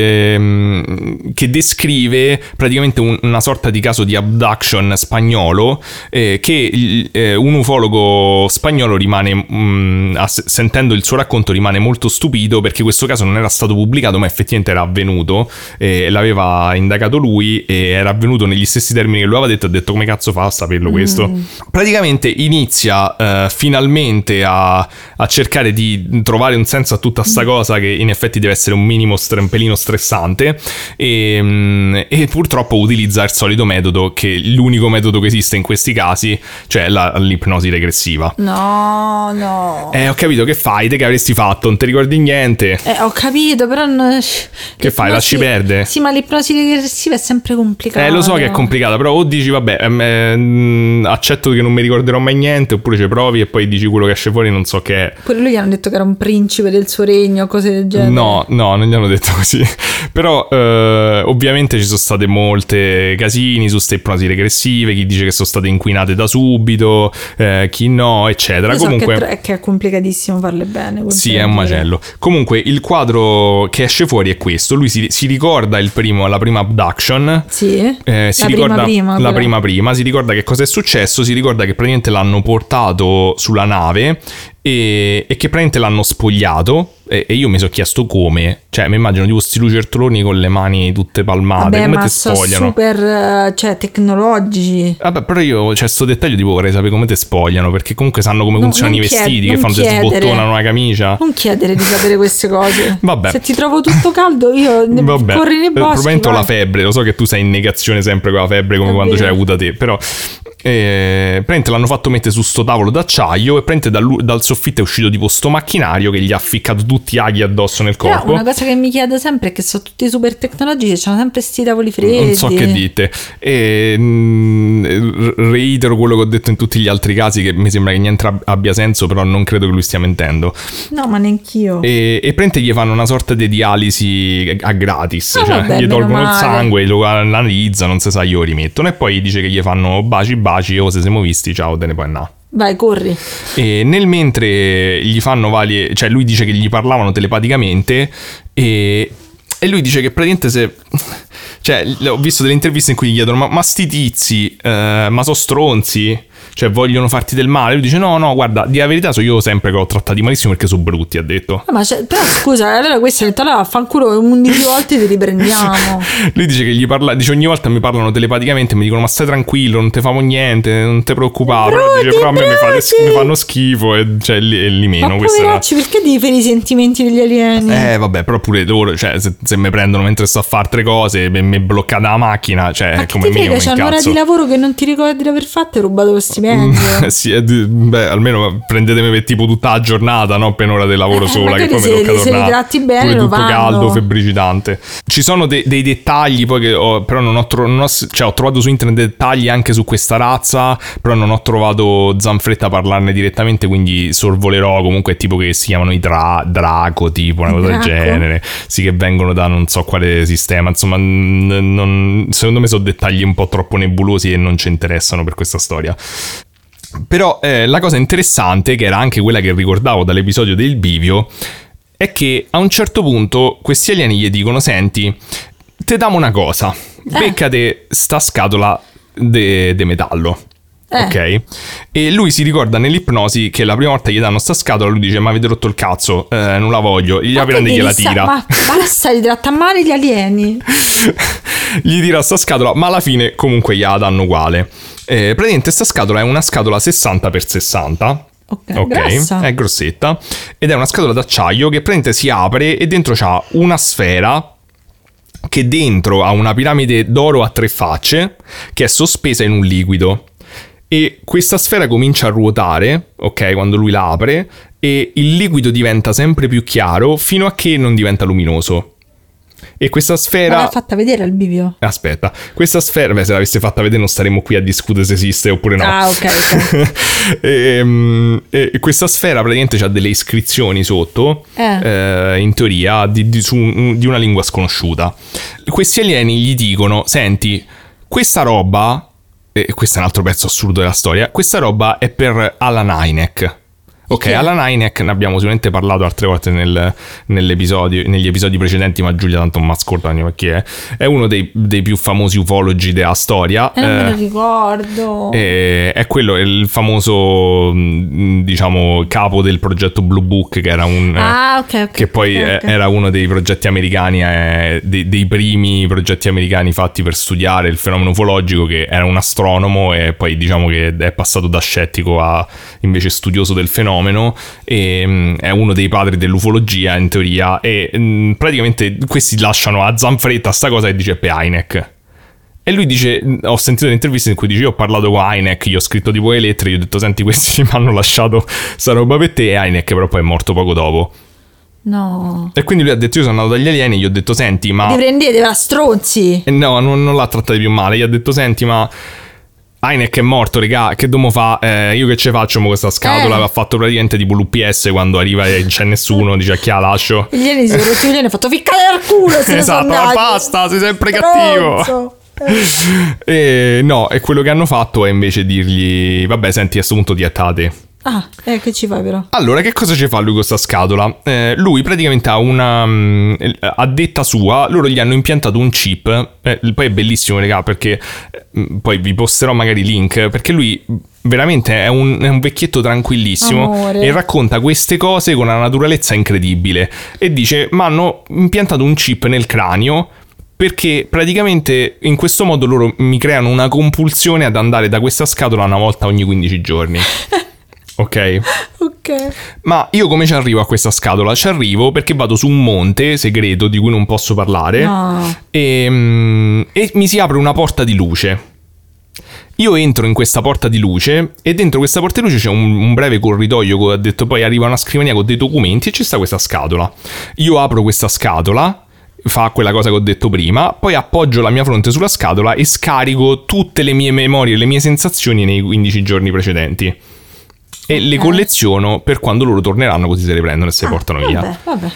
che che descrive praticamente un, una sorta di caso di abduction spagnolo, eh, che eh, un ufologo spagnolo rimane mh, sentendo il suo racconto rimane molto stupito, perché questo caso non era stato pubblicato ma effettivamente era avvenuto, eh, l'aveva indagato lui e era avvenuto negli stessi termini che lui aveva detto. Ha detto: come cazzo fa a saperlo questo? Mm. Praticamente praticamente inizia uh, finalmente a, a cercare di trovare un senso a tutta sta cosa che in effetti deve essere un minimo stre- un pelino stressante e, um, e purtroppo utilizza il solito metodo, che l'unico metodo che esiste in questi casi, cioè la, l'ipnosi regressiva. No, no. Eh, ho capito, che fai? Te che avresti fatto? Non ti ricordi niente? Eh, ho capito, però non... Che fai? Lasci perdere? Sì, ma l'ipnosi regressiva è sempre complicata. Eh, lo so che è complicata, però o dici vabbè, ehm, ehm, accetto che non mi ricorderò mai niente, oppure ci provi e poi dici quello che esce fuori non so che è. Pure lui gli hanno detto che era un principe del suo regno, cose del genere. No, no, non gli hanno detto così. Però eh, ovviamente ci sono state molte casini su ste ipnosi regressive, chi dice che sono state inquinate da subito, eh, chi no, eccetera. Io Comunque so che è, che è complicatissimo farle bene. sì, è un macello. Comunque il quadro che esce fuori è questo. Lui si, si ricorda il primo, la prima abduction. Sì, eh, si la ricorda prima prima la prima prima, si ricorda che cosa è successo, si ricorda che praticamente l'hanno portato sulla nave e, e che praticamente l'hanno spogliato e, e io mi sono chiesto come, cioè mi immagino tipo sti lucertoloni con le mani tutte palmate. Vabbè, come ma te sono spogliano? Super, cioè, tecnologici. Vabbè, però io c'è sto dettaglio, tipo vorrei sapere come te spogliano, perché comunque sanno come No, funzionano i non vestiti, chied- che fanno, ti chiedere. sbottonano una camicia. Non chiedere di sapere queste cose. Vabbè. Se ti trovo tutto caldo io ne- Vabbè, corri nei eh, boschi. probabilmente ho vai. la febbre, lo so che tu sei in negazione sempre con la febbre come È quando vero. c'hai avuta te, però eh, praticamente l'hanno fatto mettere su sto tavolo d'acciaio e praticamente dal, dal soffitto è uscito tipo sto macchinario che gli ha ficcato tutti gli aghi addosso nel Però corpo. una cosa che mi chiedo sempre è che sono tutti super tecnologici, hanno sempre sti tavoli freddi. Non so che dite. E, mh, reitero quello che ho detto in tutti gli altri casi, che mi sembra che niente ab- abbia senso, però non credo che lui stia mentendo. No, ma neanch'io. E, e praticamente gli fanno una sorta di dialisi a gratis, Ah, cioè vabbè, gli tolgono meno il male. sangue, lo analizzano, non si sa, glielo rimettono e poi dice che gli fanno baci baci, o se siamo visti, ciao, te ne puoi andare. Vai, corri. E nel mentre gli fanno varie, cioè lui dice che gli parlavano telepaticamente e, e lui dice che praticamente se, cioè ho visto delle interviste in cui gli chiedono ma, ma sti tizi, eh, ma so stronzi, cioè vogliono farti del male. Lui dice no no guarda, di la verità so io sempre che l'ho trattati malissimo perché sono brutti, ha detto. Ah, ma c'è- però scusa, allora questo ha detto allora fanculo undici volte ti riprendiamo. Lui dice che gli parla, dice ogni volta mi parlano telepaticamente, mi dicono ma stai tranquillo, non te famo niente, non te preoccupare. Però Brutti, dice però a me mi, fate, brutti. mi fanno schifo e cioè li, li meno. Ma Questa era- poveracci, perché devi fare i sentimenti degli alieni? Eh vabbè, però pure loro, cioè se, se mi prendono mentre sto a fare altre cose, mi mi è bloccata la macchina, cioè Ma è che come ti minimo frega, c'è in un'ora cazzo. di lavoro che non ti ricordi di aver fatto e hai rubato lo stipendio. Sì, è di- beh, almeno prendetemi per tipo tutta la giornata, no? Per un'ora di lavoro Eh, sola, che magari poi mi se- tocca se li tornare tratti bene, pure lo tutto fanno. caldo, febbricitante. Ci sono de- dei dettagli poi che ho, però non ho, tro- non ho s- cioè ho trovato su internet dettagli anche su questa razza, però non ho trovato Zanfretta a parlarne direttamente, quindi sorvolerò. Comunque è tipo che si chiamano i dra- Draco, tipo una cosa del Draco? genere, sì, che vengono da non so quale sistema, insomma n- non- secondo me sono dettagli un po' troppo nebulosi e non ci interessano per questa storia. Però eh, la cosa interessante, che era anche quella che ricordavo dall'episodio del bivio, è che a un certo punto questi alieni gli dicono senti, te damo una cosa, beccate sta scatola de, de metallo. Eh. Ok? E lui si ricorda nell'ipnosi che la prima volta gli danno sta scatola, lui dice ma avete rotto il cazzo, eh, non la voglio, gli Ma la prende e che gliela devi sta- tira. Ma basta di trattare male gli alieni. Gli tira sta scatola, ma alla fine comunque gliela danno uguale. Eh, praticamente sta scatola è una scatola sessanta per sessanta. Ok, grossa. È grossetta ed è una scatola d'acciaio che praticamente si apre e dentro c'ha una sfera che dentro ha una piramide d'oro a tre facce che è sospesa in un liquido. E questa sfera comincia a ruotare, ok, quando lui la apre, e il liquido diventa sempre più chiaro fino a che non diventa luminoso. E questa sfera... Ma l'ha fatta vedere al bivio? Aspetta, questa sfera, beh, se l'avesse fatta vedere non staremmo qui a discutere se esiste oppure no. Ah, ok, ok. e, mm, e questa sfera praticamente ha delle iscrizioni sotto, Eh. eh, in teoria, di, di, su, di una lingua sconosciuta. Questi alieni gli dicono, senti, questa roba, e questo è un altro pezzo assurdo della storia, questa roba è per Alan Hynek. Ok, Alan Hynek ne abbiamo sicuramente parlato altre volte nel, nell'episodio, negli episodi precedenti, ma Giulia tanto non mi ascolta perché è, è uno dei, dei più famosi ufologi della storia. Eh, non me lo ricordo. Eh, è quello, è il famoso, diciamo, capo del progetto Blue Book, che era un... Ah, ok, ok. Che poi okay, okay. era uno dei progetti americani, eh, dei, dei primi progetti americani fatti per studiare il fenomeno ufologico, che era un astronomo e poi diciamo che è passato da scettico a invece studioso del fenomeno. E mh, è uno dei padri dell'ufologia in teoria, e mh, praticamente questi lasciano a zanfretta sta cosa e dice per Hynek. E lui dice, ho sentito un'intervista in cui dice, io ho parlato con Hynek, gli ho scritto tipo le lettere, gli ho detto senti, questi mi hanno lasciato sta roba per te, e Hynek però poi è morto poco dopo. No. E quindi lui ha detto, io sono andato dagli alieni, gli ho detto senti ma... Ti prendete la stronzi. E no, non, non l'ha trattato più male, gli ha detto senti ma... Hynek è morto, regà, che domo fa? Eh, io che ce faccio con questa scatola? Eh. Ha fatto praticamente tipo l'U P S quando arriva e non c'è nessuno, dice a chi la lascio. E gli alieni si sono rotti, gli hanno fatto ficcare al culo. Se Esatto, ne ma sono andati. basta, sei sempre Stronzo. cattivo. E no, e quello che hanno fatto è invece dirgli, vabbè, senti, a questo punto diettate. Ah, eh, che ci fai però? Allora, che cosa ci fa lui con questa scatola? Eh, lui praticamente ha una... Mh, a detta sua, loro gli hanno impiantato un chip. Eh, poi è bellissimo, raga, perché... Mh, poi vi posterò magari i link, perché lui veramente è un, è un vecchietto tranquillissimo. Amore. E racconta queste cose con una naturalezza incredibile. E dice, ma hanno impiantato un chip nel cranio... Perché praticamente in questo modo loro mi creano una compulsione ad andare da questa scatola una volta ogni quindici giorni. Ok? Ok. Ma io come ci arrivo a questa scatola? Ci arrivo perché vado su un monte segreto di cui non posso parlare. No. E, mm, e mi si apre una porta di luce. Io entro in questa porta di luce e dentro questa porta di luce c'è un, un breve corridoio, come ho detto, poi arriva una scrivania con dei documenti e c'è sta questa scatola. Io apro questa scatola, fa quella cosa che ho detto prima, poi appoggio la mia fronte sulla scatola e scarico tutte le mie memorie, le mie sensazioni nei quindici giorni precedenti. E le colleziono per quando loro torneranno, così se le prendono e se le Ah, portano vabbè, via. vabbè.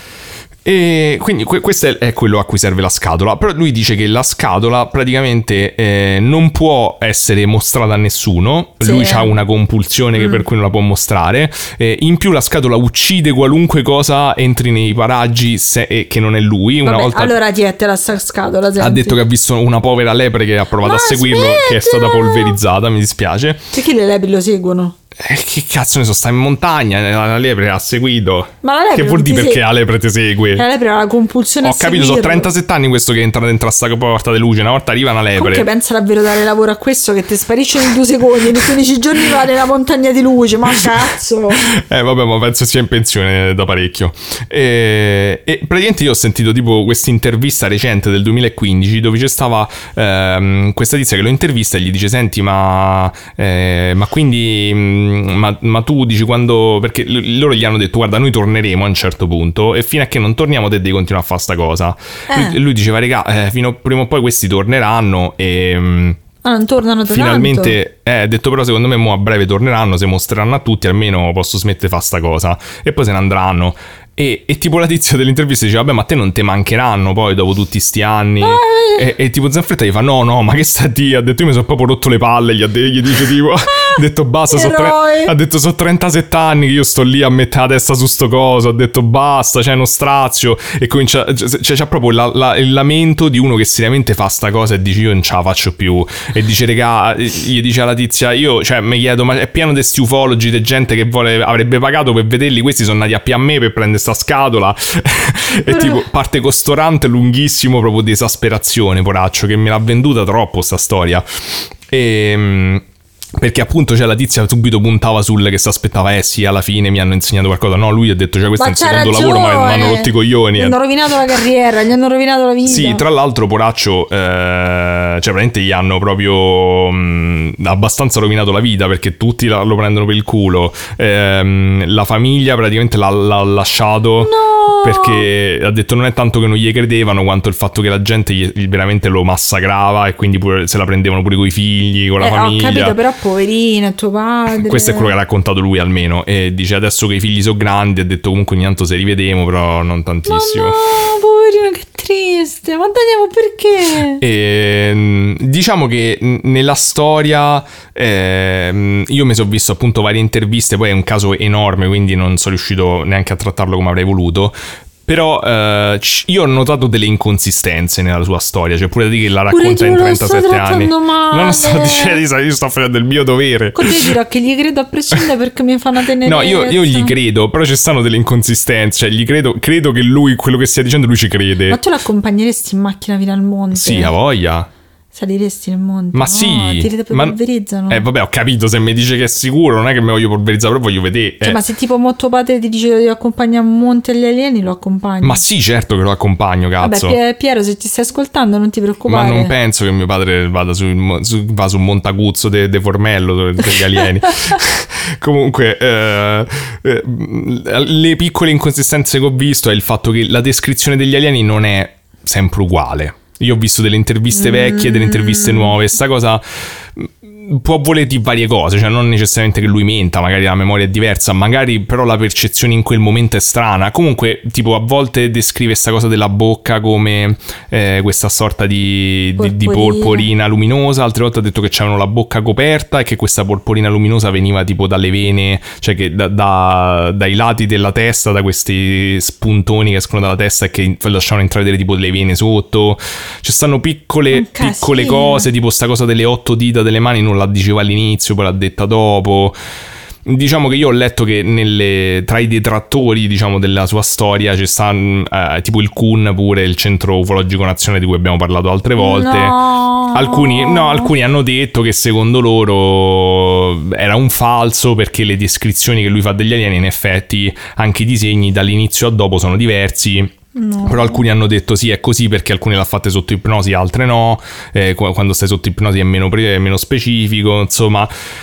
E quindi que- questo è, è quello a cui serve la scatola. Però lui dice che la scatola praticamente eh, non può essere mostrata a nessuno. Sì. Lui ha una compulsione che per cui non la può mostrare. Eh, in più la scatola uccide qualunque cosa entri nei paraggi se- eh, che non è lui. Una Vabbè, volta allora tientela sta scatola, ha senti. detto che ha visto una povera lepre che ha provato Ma a seguirlo, che è stata smettila! polverizzata, mi dispiace. Perché le lepri lo seguono? Eh, che cazzo ne so, sta in montagna, la lepre ha seguito. Ma la lepre che vuol non ti dire perché segue. la lepre ti segue? La lepre ha la compulsione Ho a capito, sono seguirlo. trentasette anni questo che entra dentro a sta porta di luce. Una volta arriva una lepre. Comunque pensa davvero dare lavoro a questo che ti sparisce in due secondi, in quindici giorni va nella montagna di luce, ma cazzo. Eh vabbè, ma penso sia in pensione da parecchio. E, e praticamente io ho sentito tipo questa intervista recente del duemilaquindici dove c'è stava ehm, questa tizia che lo intervista e gli dice senti ma, eh, ma quindi mh, ma, ma tu dici quando, perché l- loro gli hanno detto guarda noi torneremo a un certo punto e fino a che non torniamo te devi continuare a fare sta cosa. Eh. Lui, lui diceva regà eh, fino prima o poi questi torneranno e... Mh, Ah, non tornano da finalmente eh, ha detto però secondo me mo a breve torneranno, se mostreranno a tutti, almeno posso smettere di fare sta cosa e poi se ne andranno. E, e tipo la tizia dell'intervista diceva vabbè ma a te non te mancheranno poi dopo tutti sti anni. E, e tipo Zanfretta gli fa no no ma che sta di, ha detto io mi sono proprio rotto le palle, gli, ha de- gli dice tipo ha detto basta so tre- Eroe. ha detto so trentasette anni che io sto lì a mettere la testa su sto coso, ha detto basta c'è uno strazio e comincia c'è, c'è proprio la, la, il lamento di uno che seriamente fa sta cosa e dice io non ce la faccio più e dice regà, gli dice alla tizia io cioè mi chiedo ma è pieno di sti ufologi di gente che vuole, avrebbe pagato per vederli, questi sono nati a più a me per prendere sta scatola e tipo parte con sto rant lunghissimo proprio di esasperazione, poraccio, che me l'ha venduta troppo sta storia. E perché appunto c'è la tizia subito puntava sul che si aspettava eh sì alla fine mi hanno insegnato qualcosa, no lui ha detto cioè questo Ma è il c'ha secondo ragione. lavoro ma mi hanno rotto i coglioni. Gli hanno rovinato la carriera, gli hanno rovinato la vita. Sì, tra l'altro poraccio eh, cioè veramente gli hanno proprio mh, abbastanza rovinato la vita perché tutti la, lo prendono per il culo. Ehm, la famiglia praticamente l'ha, l'ha lasciato No. perché ha detto non è tanto che non gli credevano quanto il fatto che la gente gli, gli veramente lo massacrava e quindi pure, se la prendevano pure coi figli, con la Eh, famiglia. ho capito, però poverino, è tuo padre. Questo è quello che ha raccontato lui almeno. E dice adesso che i figli sono grandi, ha detto comunque ogni tanto se rivedemo, però non tantissimo. Ma no, poverino, che triste, ma Daniele, perché? E, diciamo che nella storia eh, io mi sono visto appunto varie interviste, poi è un caso enorme, quindi non sono riuscito neanche a trattarlo come avrei voluto. Però eh, io ho notato delle inconsistenze nella sua storia, cioè pure di che la racconta in trentasette anni. Male. Non sto dicendo, io sto facendo il mio dovere. Io dirò che gli credo a prescindere perché mi fa una tenerezza. No, io, io gli credo, però ci stanno delle inconsistenze, cioè gli credo, credo che lui, quello che stia dicendo, lui ci crede. Ma tu l'accompagneresti in macchina fino al monte? Sì, a voglia. Saliresti nel monte? Ma no, sì, ti ma, polverizzano. Eh vabbè, ho capito, se mi dice che è sicuro, non è che mi voglio polverizzare, però voglio vedere. Cioè, eh. ma se tipo mo tuo padre ti dice di accompagnare a monte agli alieni, lo accompagni? Ma sì, certo che lo accompagno, cazzo. Vabbè, Piero, se ti stai ascoltando non ti preoccupare. Ma non penso che mio padre vada su, su, va su Montaguzzo de, de Formello degli alieni. Comunque, eh, eh, le piccole inconsistenze che ho visto è il fatto che la descrizione degli alieni non è sempre uguale. Io ho visto delle interviste vecchie, delle interviste nuove, sta cosa può voler dire varie cose, cioè non necessariamente che lui menta, magari la memoria è diversa, magari però la percezione in quel momento è strana. Comunque, tipo, a volte descrive sta cosa della bocca come eh, questa sorta di, di, di polporina luminosa, altre volte ha detto che c'avevano la bocca coperta e che questa polporina luminosa veniva tipo dalle vene, cioè che da, da, dai lati della testa, da questi spuntoni che escono dalla testa e che lasciavano intravedere tipo delle vene sotto. Ci stanno piccole, piccole cose, tipo sta cosa delle otto dita delle mani, non la diceva all'inizio, poi l'ha detta dopo. Diciamo che io ho letto che nelle, tra i detrattori, diciamo, della sua storia ci sta eh, tipo il C U N, pure il Centro Ufologico Nazionale di cui abbiamo parlato altre volte. No. Alcuni, no, alcuni hanno detto che secondo loro era un falso, perché le descrizioni che lui fa degli alieni, in effetti anche i disegni dall'inizio a dopo sono diversi. No. Però alcuni hanno detto sì, è così perché alcune l'ha fatte sotto ipnosi, altre no, eh, quando stai sotto ipnosi è meno, pre- è meno specifico, insomma.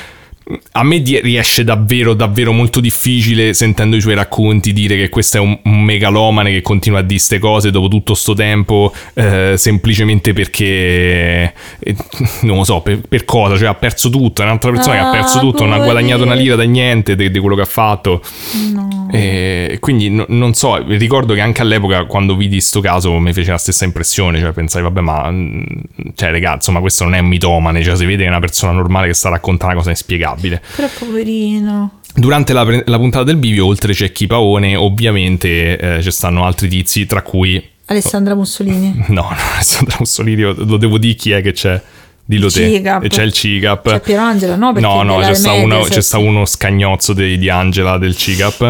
A me di- riesce davvero davvero molto difficile, sentendo i suoi racconti, dire che questo è un, un megalomane che continua a dire ste cose dopo tutto sto tempo, eh, semplicemente perché eh, non lo so per, per cosa, cioè ha perso tutto, è un'altra persona ah, che ha perso tutto, non ha guadagnato una lira da niente di quello che ha fatto. No. E quindi no, non so, ricordo che anche all'epoca quando vidi sto caso mi fece la stessa impressione, cioè pensai vabbè, ma cioè ragazzi, ma questo non è un mitomane, cioè si vede che è una persona normale che sta raccontando una cosa inspiegabile. Però poverino. Durante la, la puntata del bivio, oltre c'è Chi Paone, ovviamente eh, ci stanno altri tizi, tra cui Alessandra Mussolini. No, no, Alessandra Mussolini, lo devo dire chi è che c'è. Dillo te. C-Gap. E c'è il C-Gap. C'è Pierangela, no? No, no, c'è sta, uno, c'è sta uno scagnozzo di, di Angela del C-Gap.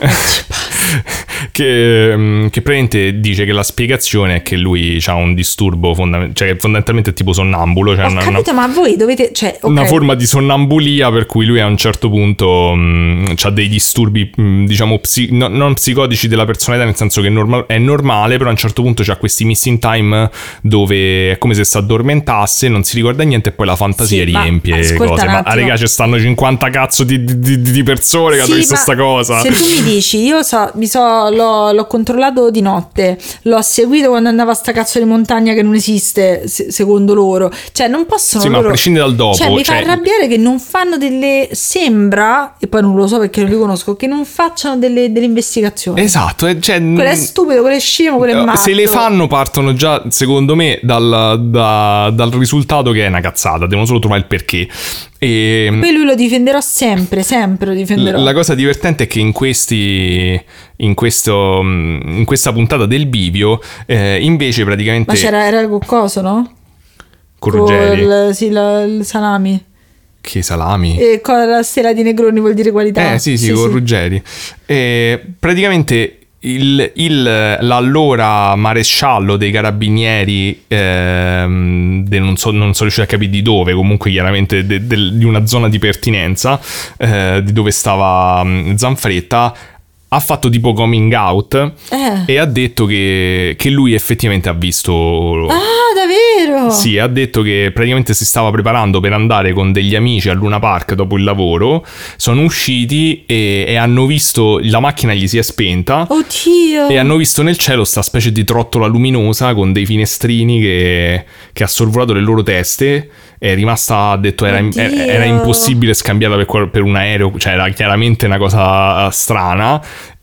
che, che praticamente dice che la spiegazione è che lui ha un disturbo fondamentale, cioè che fondamentalmente è tipo sonnambulo. Cioè Ho una, capito, una, ma voi dovete, cioè, okay. Una forma di sonnambulia per cui lui a un certo punto mh, ha dei disturbi, mh, diciamo, psi, no, non psicotici della personalità, nel senso che norma, è normale, però a un certo punto c'ha questi missing time dove è come se si addormentasse, non si ricorda niente e poi la fantasia sì, riempie cose. Ma a raga, ci stanno cinquanta cazzo di, di, di persone che sì, hanno visto sta cosa. Se tu mi dici, io so, mi so, l'ho, l'ho controllato di notte, l'ho seguito quando andava a sta cazzo di montagna che non esiste, se, secondo loro, cioè non possono. Sì, loro, ma a prescindere dal dopo. Cioè mi cioè... fa arrabbiare che non fanno delle, sembra, e poi non lo so perché non li conosco, che non facciano delle, delle investigazioni. Esatto, cioè, quello è stupido, quello è scemo, quello è matto. Se le fanno partono già, secondo me, dal, da, dal risultato che è una cazzata, devono solo trovare il perché. E poi lui lo difenderò sempre, sempre lo difenderò. La cosa divertente è che in questi in questo in questa puntata del bivio eh, invece praticamente ma c'era era il coso, no? Con Ruggeri. Col, sì, la, il salami. Che salami? E con la stella di Negroni vuol dire qualità. Eh sì sì, sì con sì. Ruggeri. E praticamente Il, il, l'allora maresciallo dei carabinieri ehm, de non, so, non sono riuscito a capire di dove, comunque chiaramente de, de, di una zona di pertinenza eh, di dove stava um, Zanfretta, ha fatto tipo coming out eh. e ha detto che, che lui effettivamente ha visto... Ah, davvero? Sì, ha detto che praticamente si stava preparando per andare con degli amici a Luna Park dopo il lavoro, sono usciti e, e hanno visto, la macchina gli si è spenta. Oddio! E hanno visto nel cielo sta specie di trottola luminosa con dei finestrini che, che ha sorvolato le loro teste è rimasta, ha detto era, era impossibile scambiarla per, per un aereo, cioè era chiaramente una cosa strana,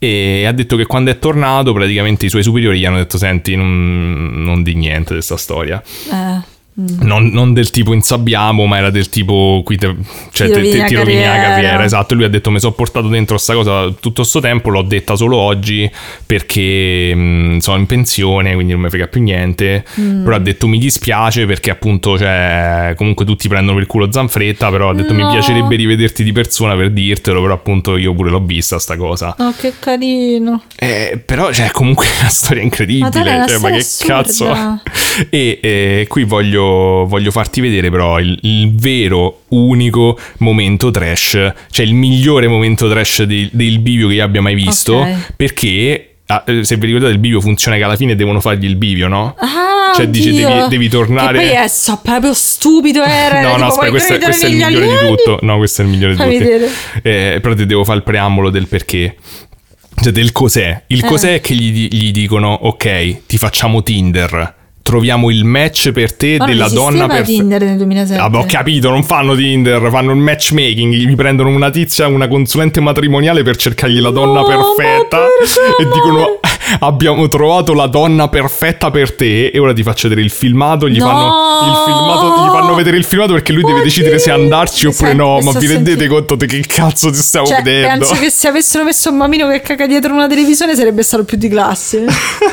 e ha detto che quando è tornato praticamente i suoi superiori gli hanno detto senti non, non di niente di questa storia. Eh. Non, non del tipo insabbiamo, ma era del tipo qui te, cioè, ti, rovini, te, ti rovini la carriera. Esatto, e lui ha detto mi sono portato dentro sta cosa tutto sto tempo, l'ho detta solo oggi perché mh, sono in pensione, quindi non mi frega più niente. mm. Però ha detto mi dispiace perché appunto cioè, comunque tutti prendono per il culo Zanfretta, però ha detto no. mi piacerebbe rivederti di persona per dirtelo, però appunto io pure l'ho vista sta cosa. Oh, che carino. Eh, però cioè comunque è una storia incredibile, ma, dai, cioè, ma che assurda. cazzo. E eh, qui voglio voglio farti vedere però il, il vero unico momento trash, cioè il migliore momento trash di, del bivio che io abbia mai visto. Okay. Perché ah, se vi ricordate il bivio funziona che alla fine devono fargli il bivio, no? Ah, cioè dice devi, devi tornare, che poi è so, proprio stupido era. no no aspetta, questo, questo è il migliore alieni? di tutto no questo è il migliore Fammi di tutti eh, però ti devo fare il preambolo del perché, cioè del cos'è il cos'è eh. che gli, gli dicono ok ti facciamo Tinder, troviamo il match per te ma della donna per Tinder nel duemilasette. Ah, ho capito, non fanno Tinder, fanno il matchmaking, gli prendono una tizia, una consulente matrimoniale per cercargli la donna no, perfetta e dicono abbiamo trovato la donna perfetta per te e ora ti faccio vedere il filmato, gli no. fanno il filmato, gli fanno vedere il filmato perché lui Oddio. deve decidere se andarci oppure Senti, no, ma vi rendete senti... conto di che cazzo ti stiamo cioè, vedendo? Penso che se avessero messo un bambino che caga dietro una televisione sarebbe stato più di classe.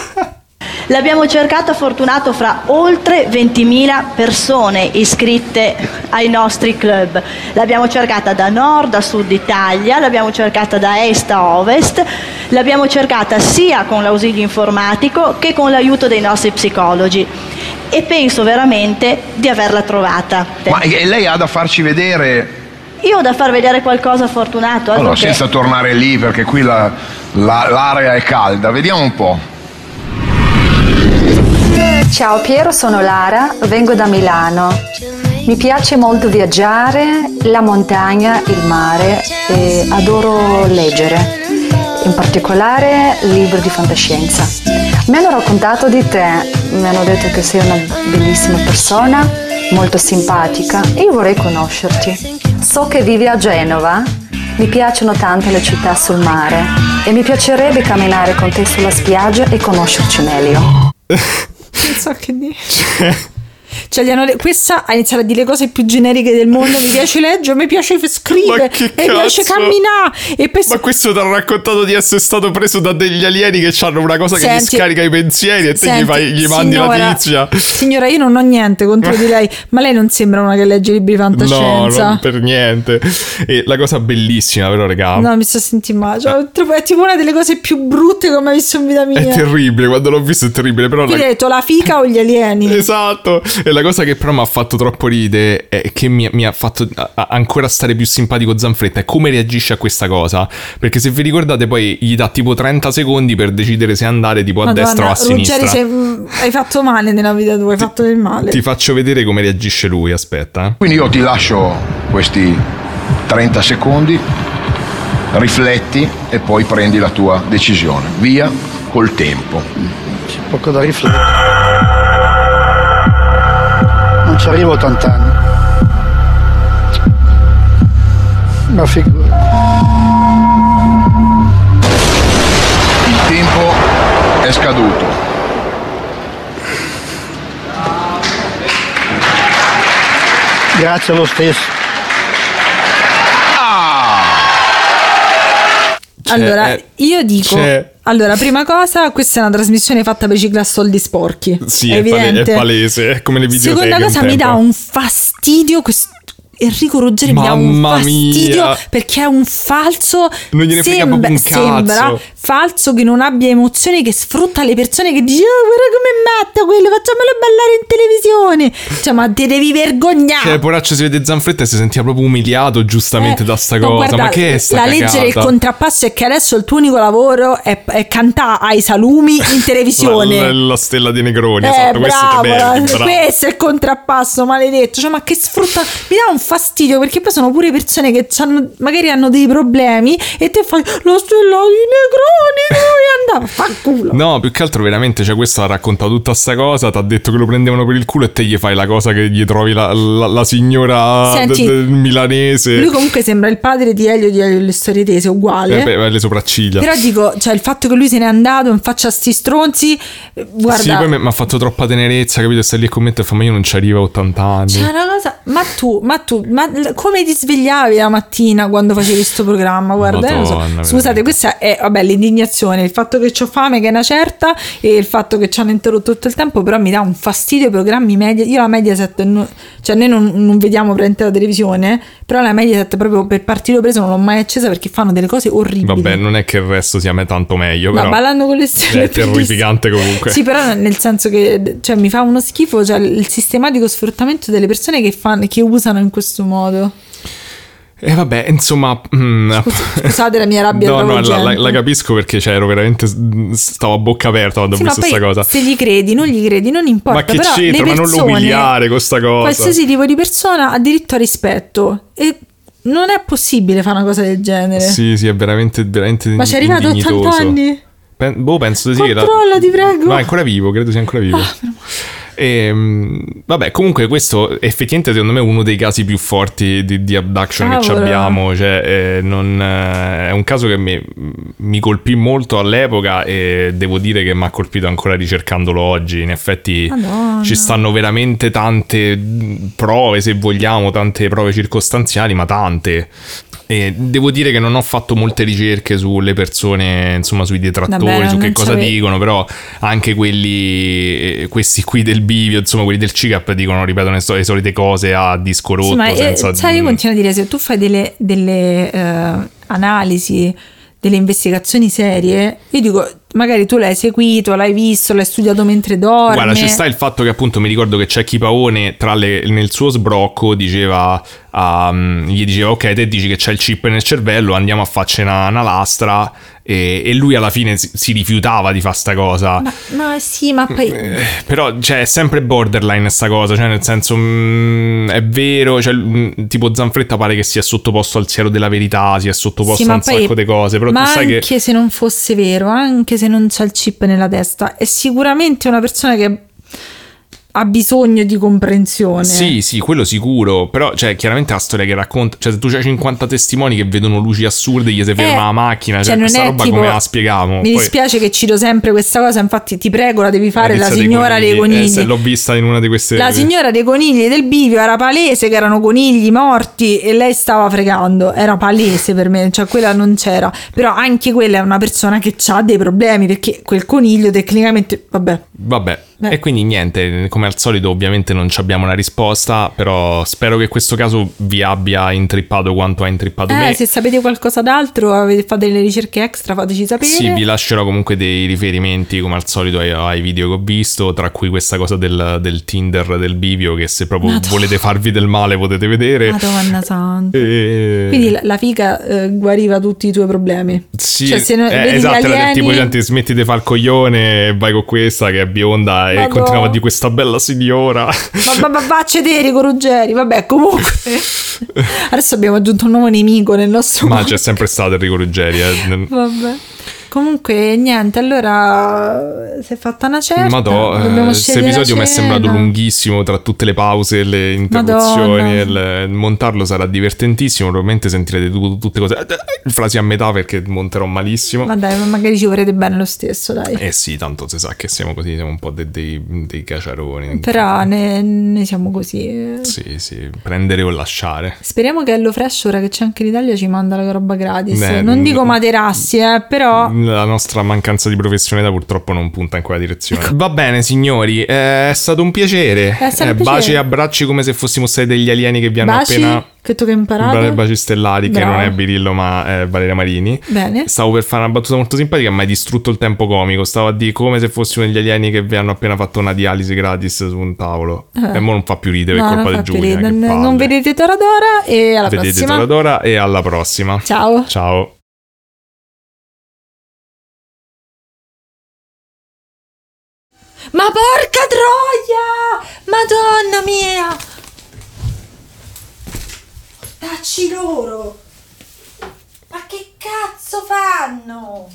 L'abbiamo cercata fortunato fra oltre ventimila persone iscritte ai nostri club. L'abbiamo cercata da nord a sud Italia, l'abbiamo cercata da est a ovest, l'abbiamo cercata sia con l'ausilio informatico che con l'aiuto dei nostri psicologi. E penso veramente di averla trovata. Ma lei ha da farci vedere... Io ho da far vedere qualcosa Fortunato. Allora, che... senza tornare lì perché qui la, la, l'area è calda, vediamo un po'. Ciao Piero, sono Lara, vengo da Milano. Mi piace molto viaggiare, la montagna, il mare e adoro leggere, in particolare libri di fantascienza. Mi hanno raccontato di te, mi hanno detto che sei una bellissima persona, molto simpatica e io vorrei conoscerti. So che vivi a Genova, mi piacciono tanto le città sul mare e mi piacerebbe camminare con te sulla spiaggia e conoscerci meglio. Non so che dire. Cioè, gli hanno de- questa ha iniziato a dire le cose più generiche del mondo. Mi piace leggere, mi piace scrivere, mi piace camminare. E poi... Ma questo ti ha raccontato di essere stato preso da degli alieni che hanno una cosa senti, che gli scarica i pensieri e te senti, gli, fai, gli mandi signora, la tizia. Signora, io non ho niente contro di lei, ma lei non sembra una che legge libri di fantascienza. No, non per niente. E la cosa bellissima, però, raga. No, mi sto sentendo male. Cioè, è tipo una delle cose più brutte che ho mai visto in vita mia. È terribile, quando l'ho visto è terribile. Però Ti la... ho detto la fica o gli alieni. Esatto. E la cosa che però mi ha fatto troppo ridere è che mi, mi ha fatto ancora stare più simpatico Zanfretta è come reagisce a questa cosa, perché se vi ricordate poi gli dà tipo trenta secondi per decidere se andare tipo Madonna, a destra o a sinistra. Ruggeri, sei, hai fatto male nella vita tua, hai ti, fatto del male. Ti faccio vedere come reagisce lui, aspetta. Quindi io ti lascio questi trenta secondi, rifletti e poi prendi la tua decisione. Via col tempo. C'è poco da riflettere. Non ci arrivo a ottanta anni. Ma figura. Il tempo è scaduto. Grazie lo stesso. Ah! Allora, io dico... C'è. Allora, prima cosa, questa è una trasmissione fatta per ciclare soldi sporchi. Sì, è, è, evidente. Pale- è palese, è come le videoteche. Seconda cosa, mi dà un fastidio questo... Enrico Ruggeri mi dà un fastidio mia. Perché è un falso. Non gliene frega proprio un cazzo. Sembra falso, che non abbia emozioni, che sfrutta le persone, che dice oh guarda come è matta quello, facciamolo ballare in televisione. Cioè, ma te devi vergognare. Cioè, poraccio, si vede Zanfretta e si sentiva proprio umiliato giustamente eh, da sta no, cosa. Guarda, ma che è sta la cagata? Leggere il contrappasso è che adesso il tuo unico lavoro è, è cantare ai salumi in televisione. la, la stella di Negroni, eh, esatto. Bravo, questo, è bello, questo è il contrappasso maledetto. Cioè, ma che sfrutta. Mi dà un fastidio, perché poi sono pure persone che c'hanno, magari hanno dei problemi e te fai la stella di Negroni, dove andava? Fa culo. No, più che altro veramente, cioè questo ha raccontato tutta sta cosa, ti ha detto che lo prendevano per il culo e te gli fai la cosa che gli trovi la, la, la signora Senti, de, de, milanese. Lui comunque sembra il padre di Elio di Elio le storie tese, uguale. Eh beh, le sopracciglia. Però dico, cioè il fatto che lui se n'è andato in faccia a sti stronzi, guarda. Sì, poi mi ha fatto troppa tenerezza, capito? Stai lì a commettere e fa, ma io non ci arrivo a ottanta anni. C'è una cosa, ma tu, ma tu, ma come ti svegliavi la mattina quando facevi questo programma? Guarda, non so. Madonna, Scusate, veramente. questa è, vabbè, l'indignazione, il fatto che ho fame, che è una certa, e il fatto che ci hanno interrotto tutto il tempo, però mi dà un fastidio i programmi media. Io la Mediaset, no, cioè noi non, non vediamo praticamente la televisione, però la Mediaset proprio per partito preso non l'ho mai accesa perché fanno delle cose orribili. Vabbè, non è che il resto sia me tanto meglio, Ma però ballando con le stelle è terrificante comunque. Sì, però nel senso che, cioè, mi fa uno schifo, cioè, il sistematico sfruttamento delle persone che fanno, che usano in questo modo. E vabbè, insomma, mm, Scusate la mia rabbia. no, no, la, gente. la, la capisco perché cioè, ero veramente stavo a bocca aperta quando Sì, ho ma visto poi questa cosa. se gli credi, non gli credi, non importa. Ma che però c'entra? le Ma non lo persone, umiliare con sta cosa. Qualsiasi tipo di persona ha diritto a rispetto e non è possibile fare una cosa del genere. Sì, sì, è veramente, veramente Ma ci è arrivato a indignitoso. ottanta anni? Pen- boh, penso di sì. Controlla, la... ti prego. No, è ancora vivo, credo sia ancora vivo. Ah, E, vabbè, comunque questo effettivamente secondo me è uno dei casi più forti di, di abduction Cavolo. che ci abbiamo, cioè eh, non, eh, è un caso che mi, mi colpì molto all'epoca e devo dire che mi ha colpito ancora ricercandolo oggi. In effetti Madonna. ci stanno veramente tante prove, se vogliamo, tante prove circostanziali, ma tante. E devo dire che non ho fatto molte ricerche sulle persone, insomma, sui detrattori, Vabbè, su che non cosa c'avevi. dicono, però anche quelli, eh, questi qui del bivio, insomma, quelli del C I C A P dicono, ripetono le, so- le solite cose a disco rotto. Sì, ma eh, senza... sai, io continuo a dire, se tu fai delle, delle eh, analisi, delle investigazioni serie, io dico, magari tu l'hai seguito, l'hai visto, l'hai studiato mentre dorme. Guarda, c'è sta il fatto che appunto mi ricordo che c'è chi Paone tra le, nel suo sbrocco diceva, um, gli diceva ok, te dici che c'è il chip nel cervello, andiamo a farci una, una lastra, e, e lui alla fine si, si rifiutava di fare sta cosa. Ma, ma sì, ma poi... Eh, però cioè è sempre borderline sta cosa, cioè nel senso mm, è vero, cioè, mm, tipo Zanfretta pare che sia sottoposto al siero della verità, sia sottoposto Sì, a ma un poi- sacco di cose, però ma tu sai anche che se non fosse vero, anche se non c'è il chip nella testa, è sicuramente una persona che ha bisogno di comprensione. sì, sì, quello sicuro, però cioè chiaramente la storia che racconta, cioè se tu c'hai cinquanta testimoni che vedono luci assurde, gli si ferma Eh, la macchina, cioè, cioè, non questa è roba tipo- come la spieghiamo? Mi Poi- dispiace che cito sempre questa cosa, infatti ti prego, la devi fare, la Notizia signora dei conigli. Eh, se l'ho vista in una di queste. La signora dei conigli del bivio era palese che erano conigli morti e lei stava fregando, era palese per me, cioè quella non c'era, però anche quella è una persona che ha dei problemi perché quel coniglio tecnicamente, vabbè. Vabbè, Beh. e quindi niente, come al solito ovviamente non ci abbiamo una risposta, però spero che questo caso vi abbia intrippato quanto ha intrippato Eh, me. se sapete qualcosa d'altro, avete, fate delle ricerche extra, fateci sapere. Sì, vi lascerò comunque dei riferimenti come al solito ai, ai video che ho visto, tra cui questa cosa del, del Tinder del bivio, che se proprio Madonna. volete farvi del male potete vedere. Madonna santa. E... Quindi la, la figa eh, guariva tutti i tuoi problemi. Sì, Cioè, se no- eh, vedi gli esatto, era del alieni- tipo gente, smetti di far coglione e vai con questa che è bionda e Madonna. continuava a dire questa bella signora. Ma, ma, ma, ma Cederico Ruggeri, vabbè, comunque. Adesso abbiamo aggiunto un nuovo nemico nel nostro Ma mondo. c'è sempre stato Enrico Ruggeri, eh. Vabbè. Comunque, niente, allora si è fatta una certa. Madò, dobbiamo questo scegliere episodio la mi è sembrato cena. lunghissimo tra tutte le pause e le interruzioni. E il, montarlo sarà divertentissimo. Probabilmente sentirete tu- tutte cose, frasi a metà perché monterò malissimo. Ma dai, ma magari ci vorrete bene lo stesso, dai. Eh sì, tanto si sa che siamo così, siamo un po' de- dei, dei caciaroni. Però ne, ne siamo così. Sì, sì, prendere o lasciare. Speriamo che HelloFresh, ora che c'è anche in Italia, ci manda la roba gratis. Eh, non dico mm, materassi, eh, però. La nostra mancanza di professionalità purtroppo non punta in quella direzione. Va bene, signori, è stato un piacere. È stato un Eh, piacere. Baci e abbracci come se fossimo stati degli alieni che vi hanno Baci, appena. che tu che hai imparato. Baci, baci stellari, che Bravo. non è Birillo ma è Valeria Marini. Bene. Stavo per fare una battuta molto simpatica, ma hai distrutto il tempo comico. Stavo a dire come se fossimo degli alieni che vi hanno appena fatto una dialisi gratis su un tavolo. Eh. E mo non fa più ridere No, per colpa non di fa più Giulia. ridere. che Non, palle. non vedete Toradora e alla Vedete prossima. Toradora e alla prossima. Ciao. Ciao. Ma porca troia! Madonna mia! Mortacci loro! Ma che cazzo fanno?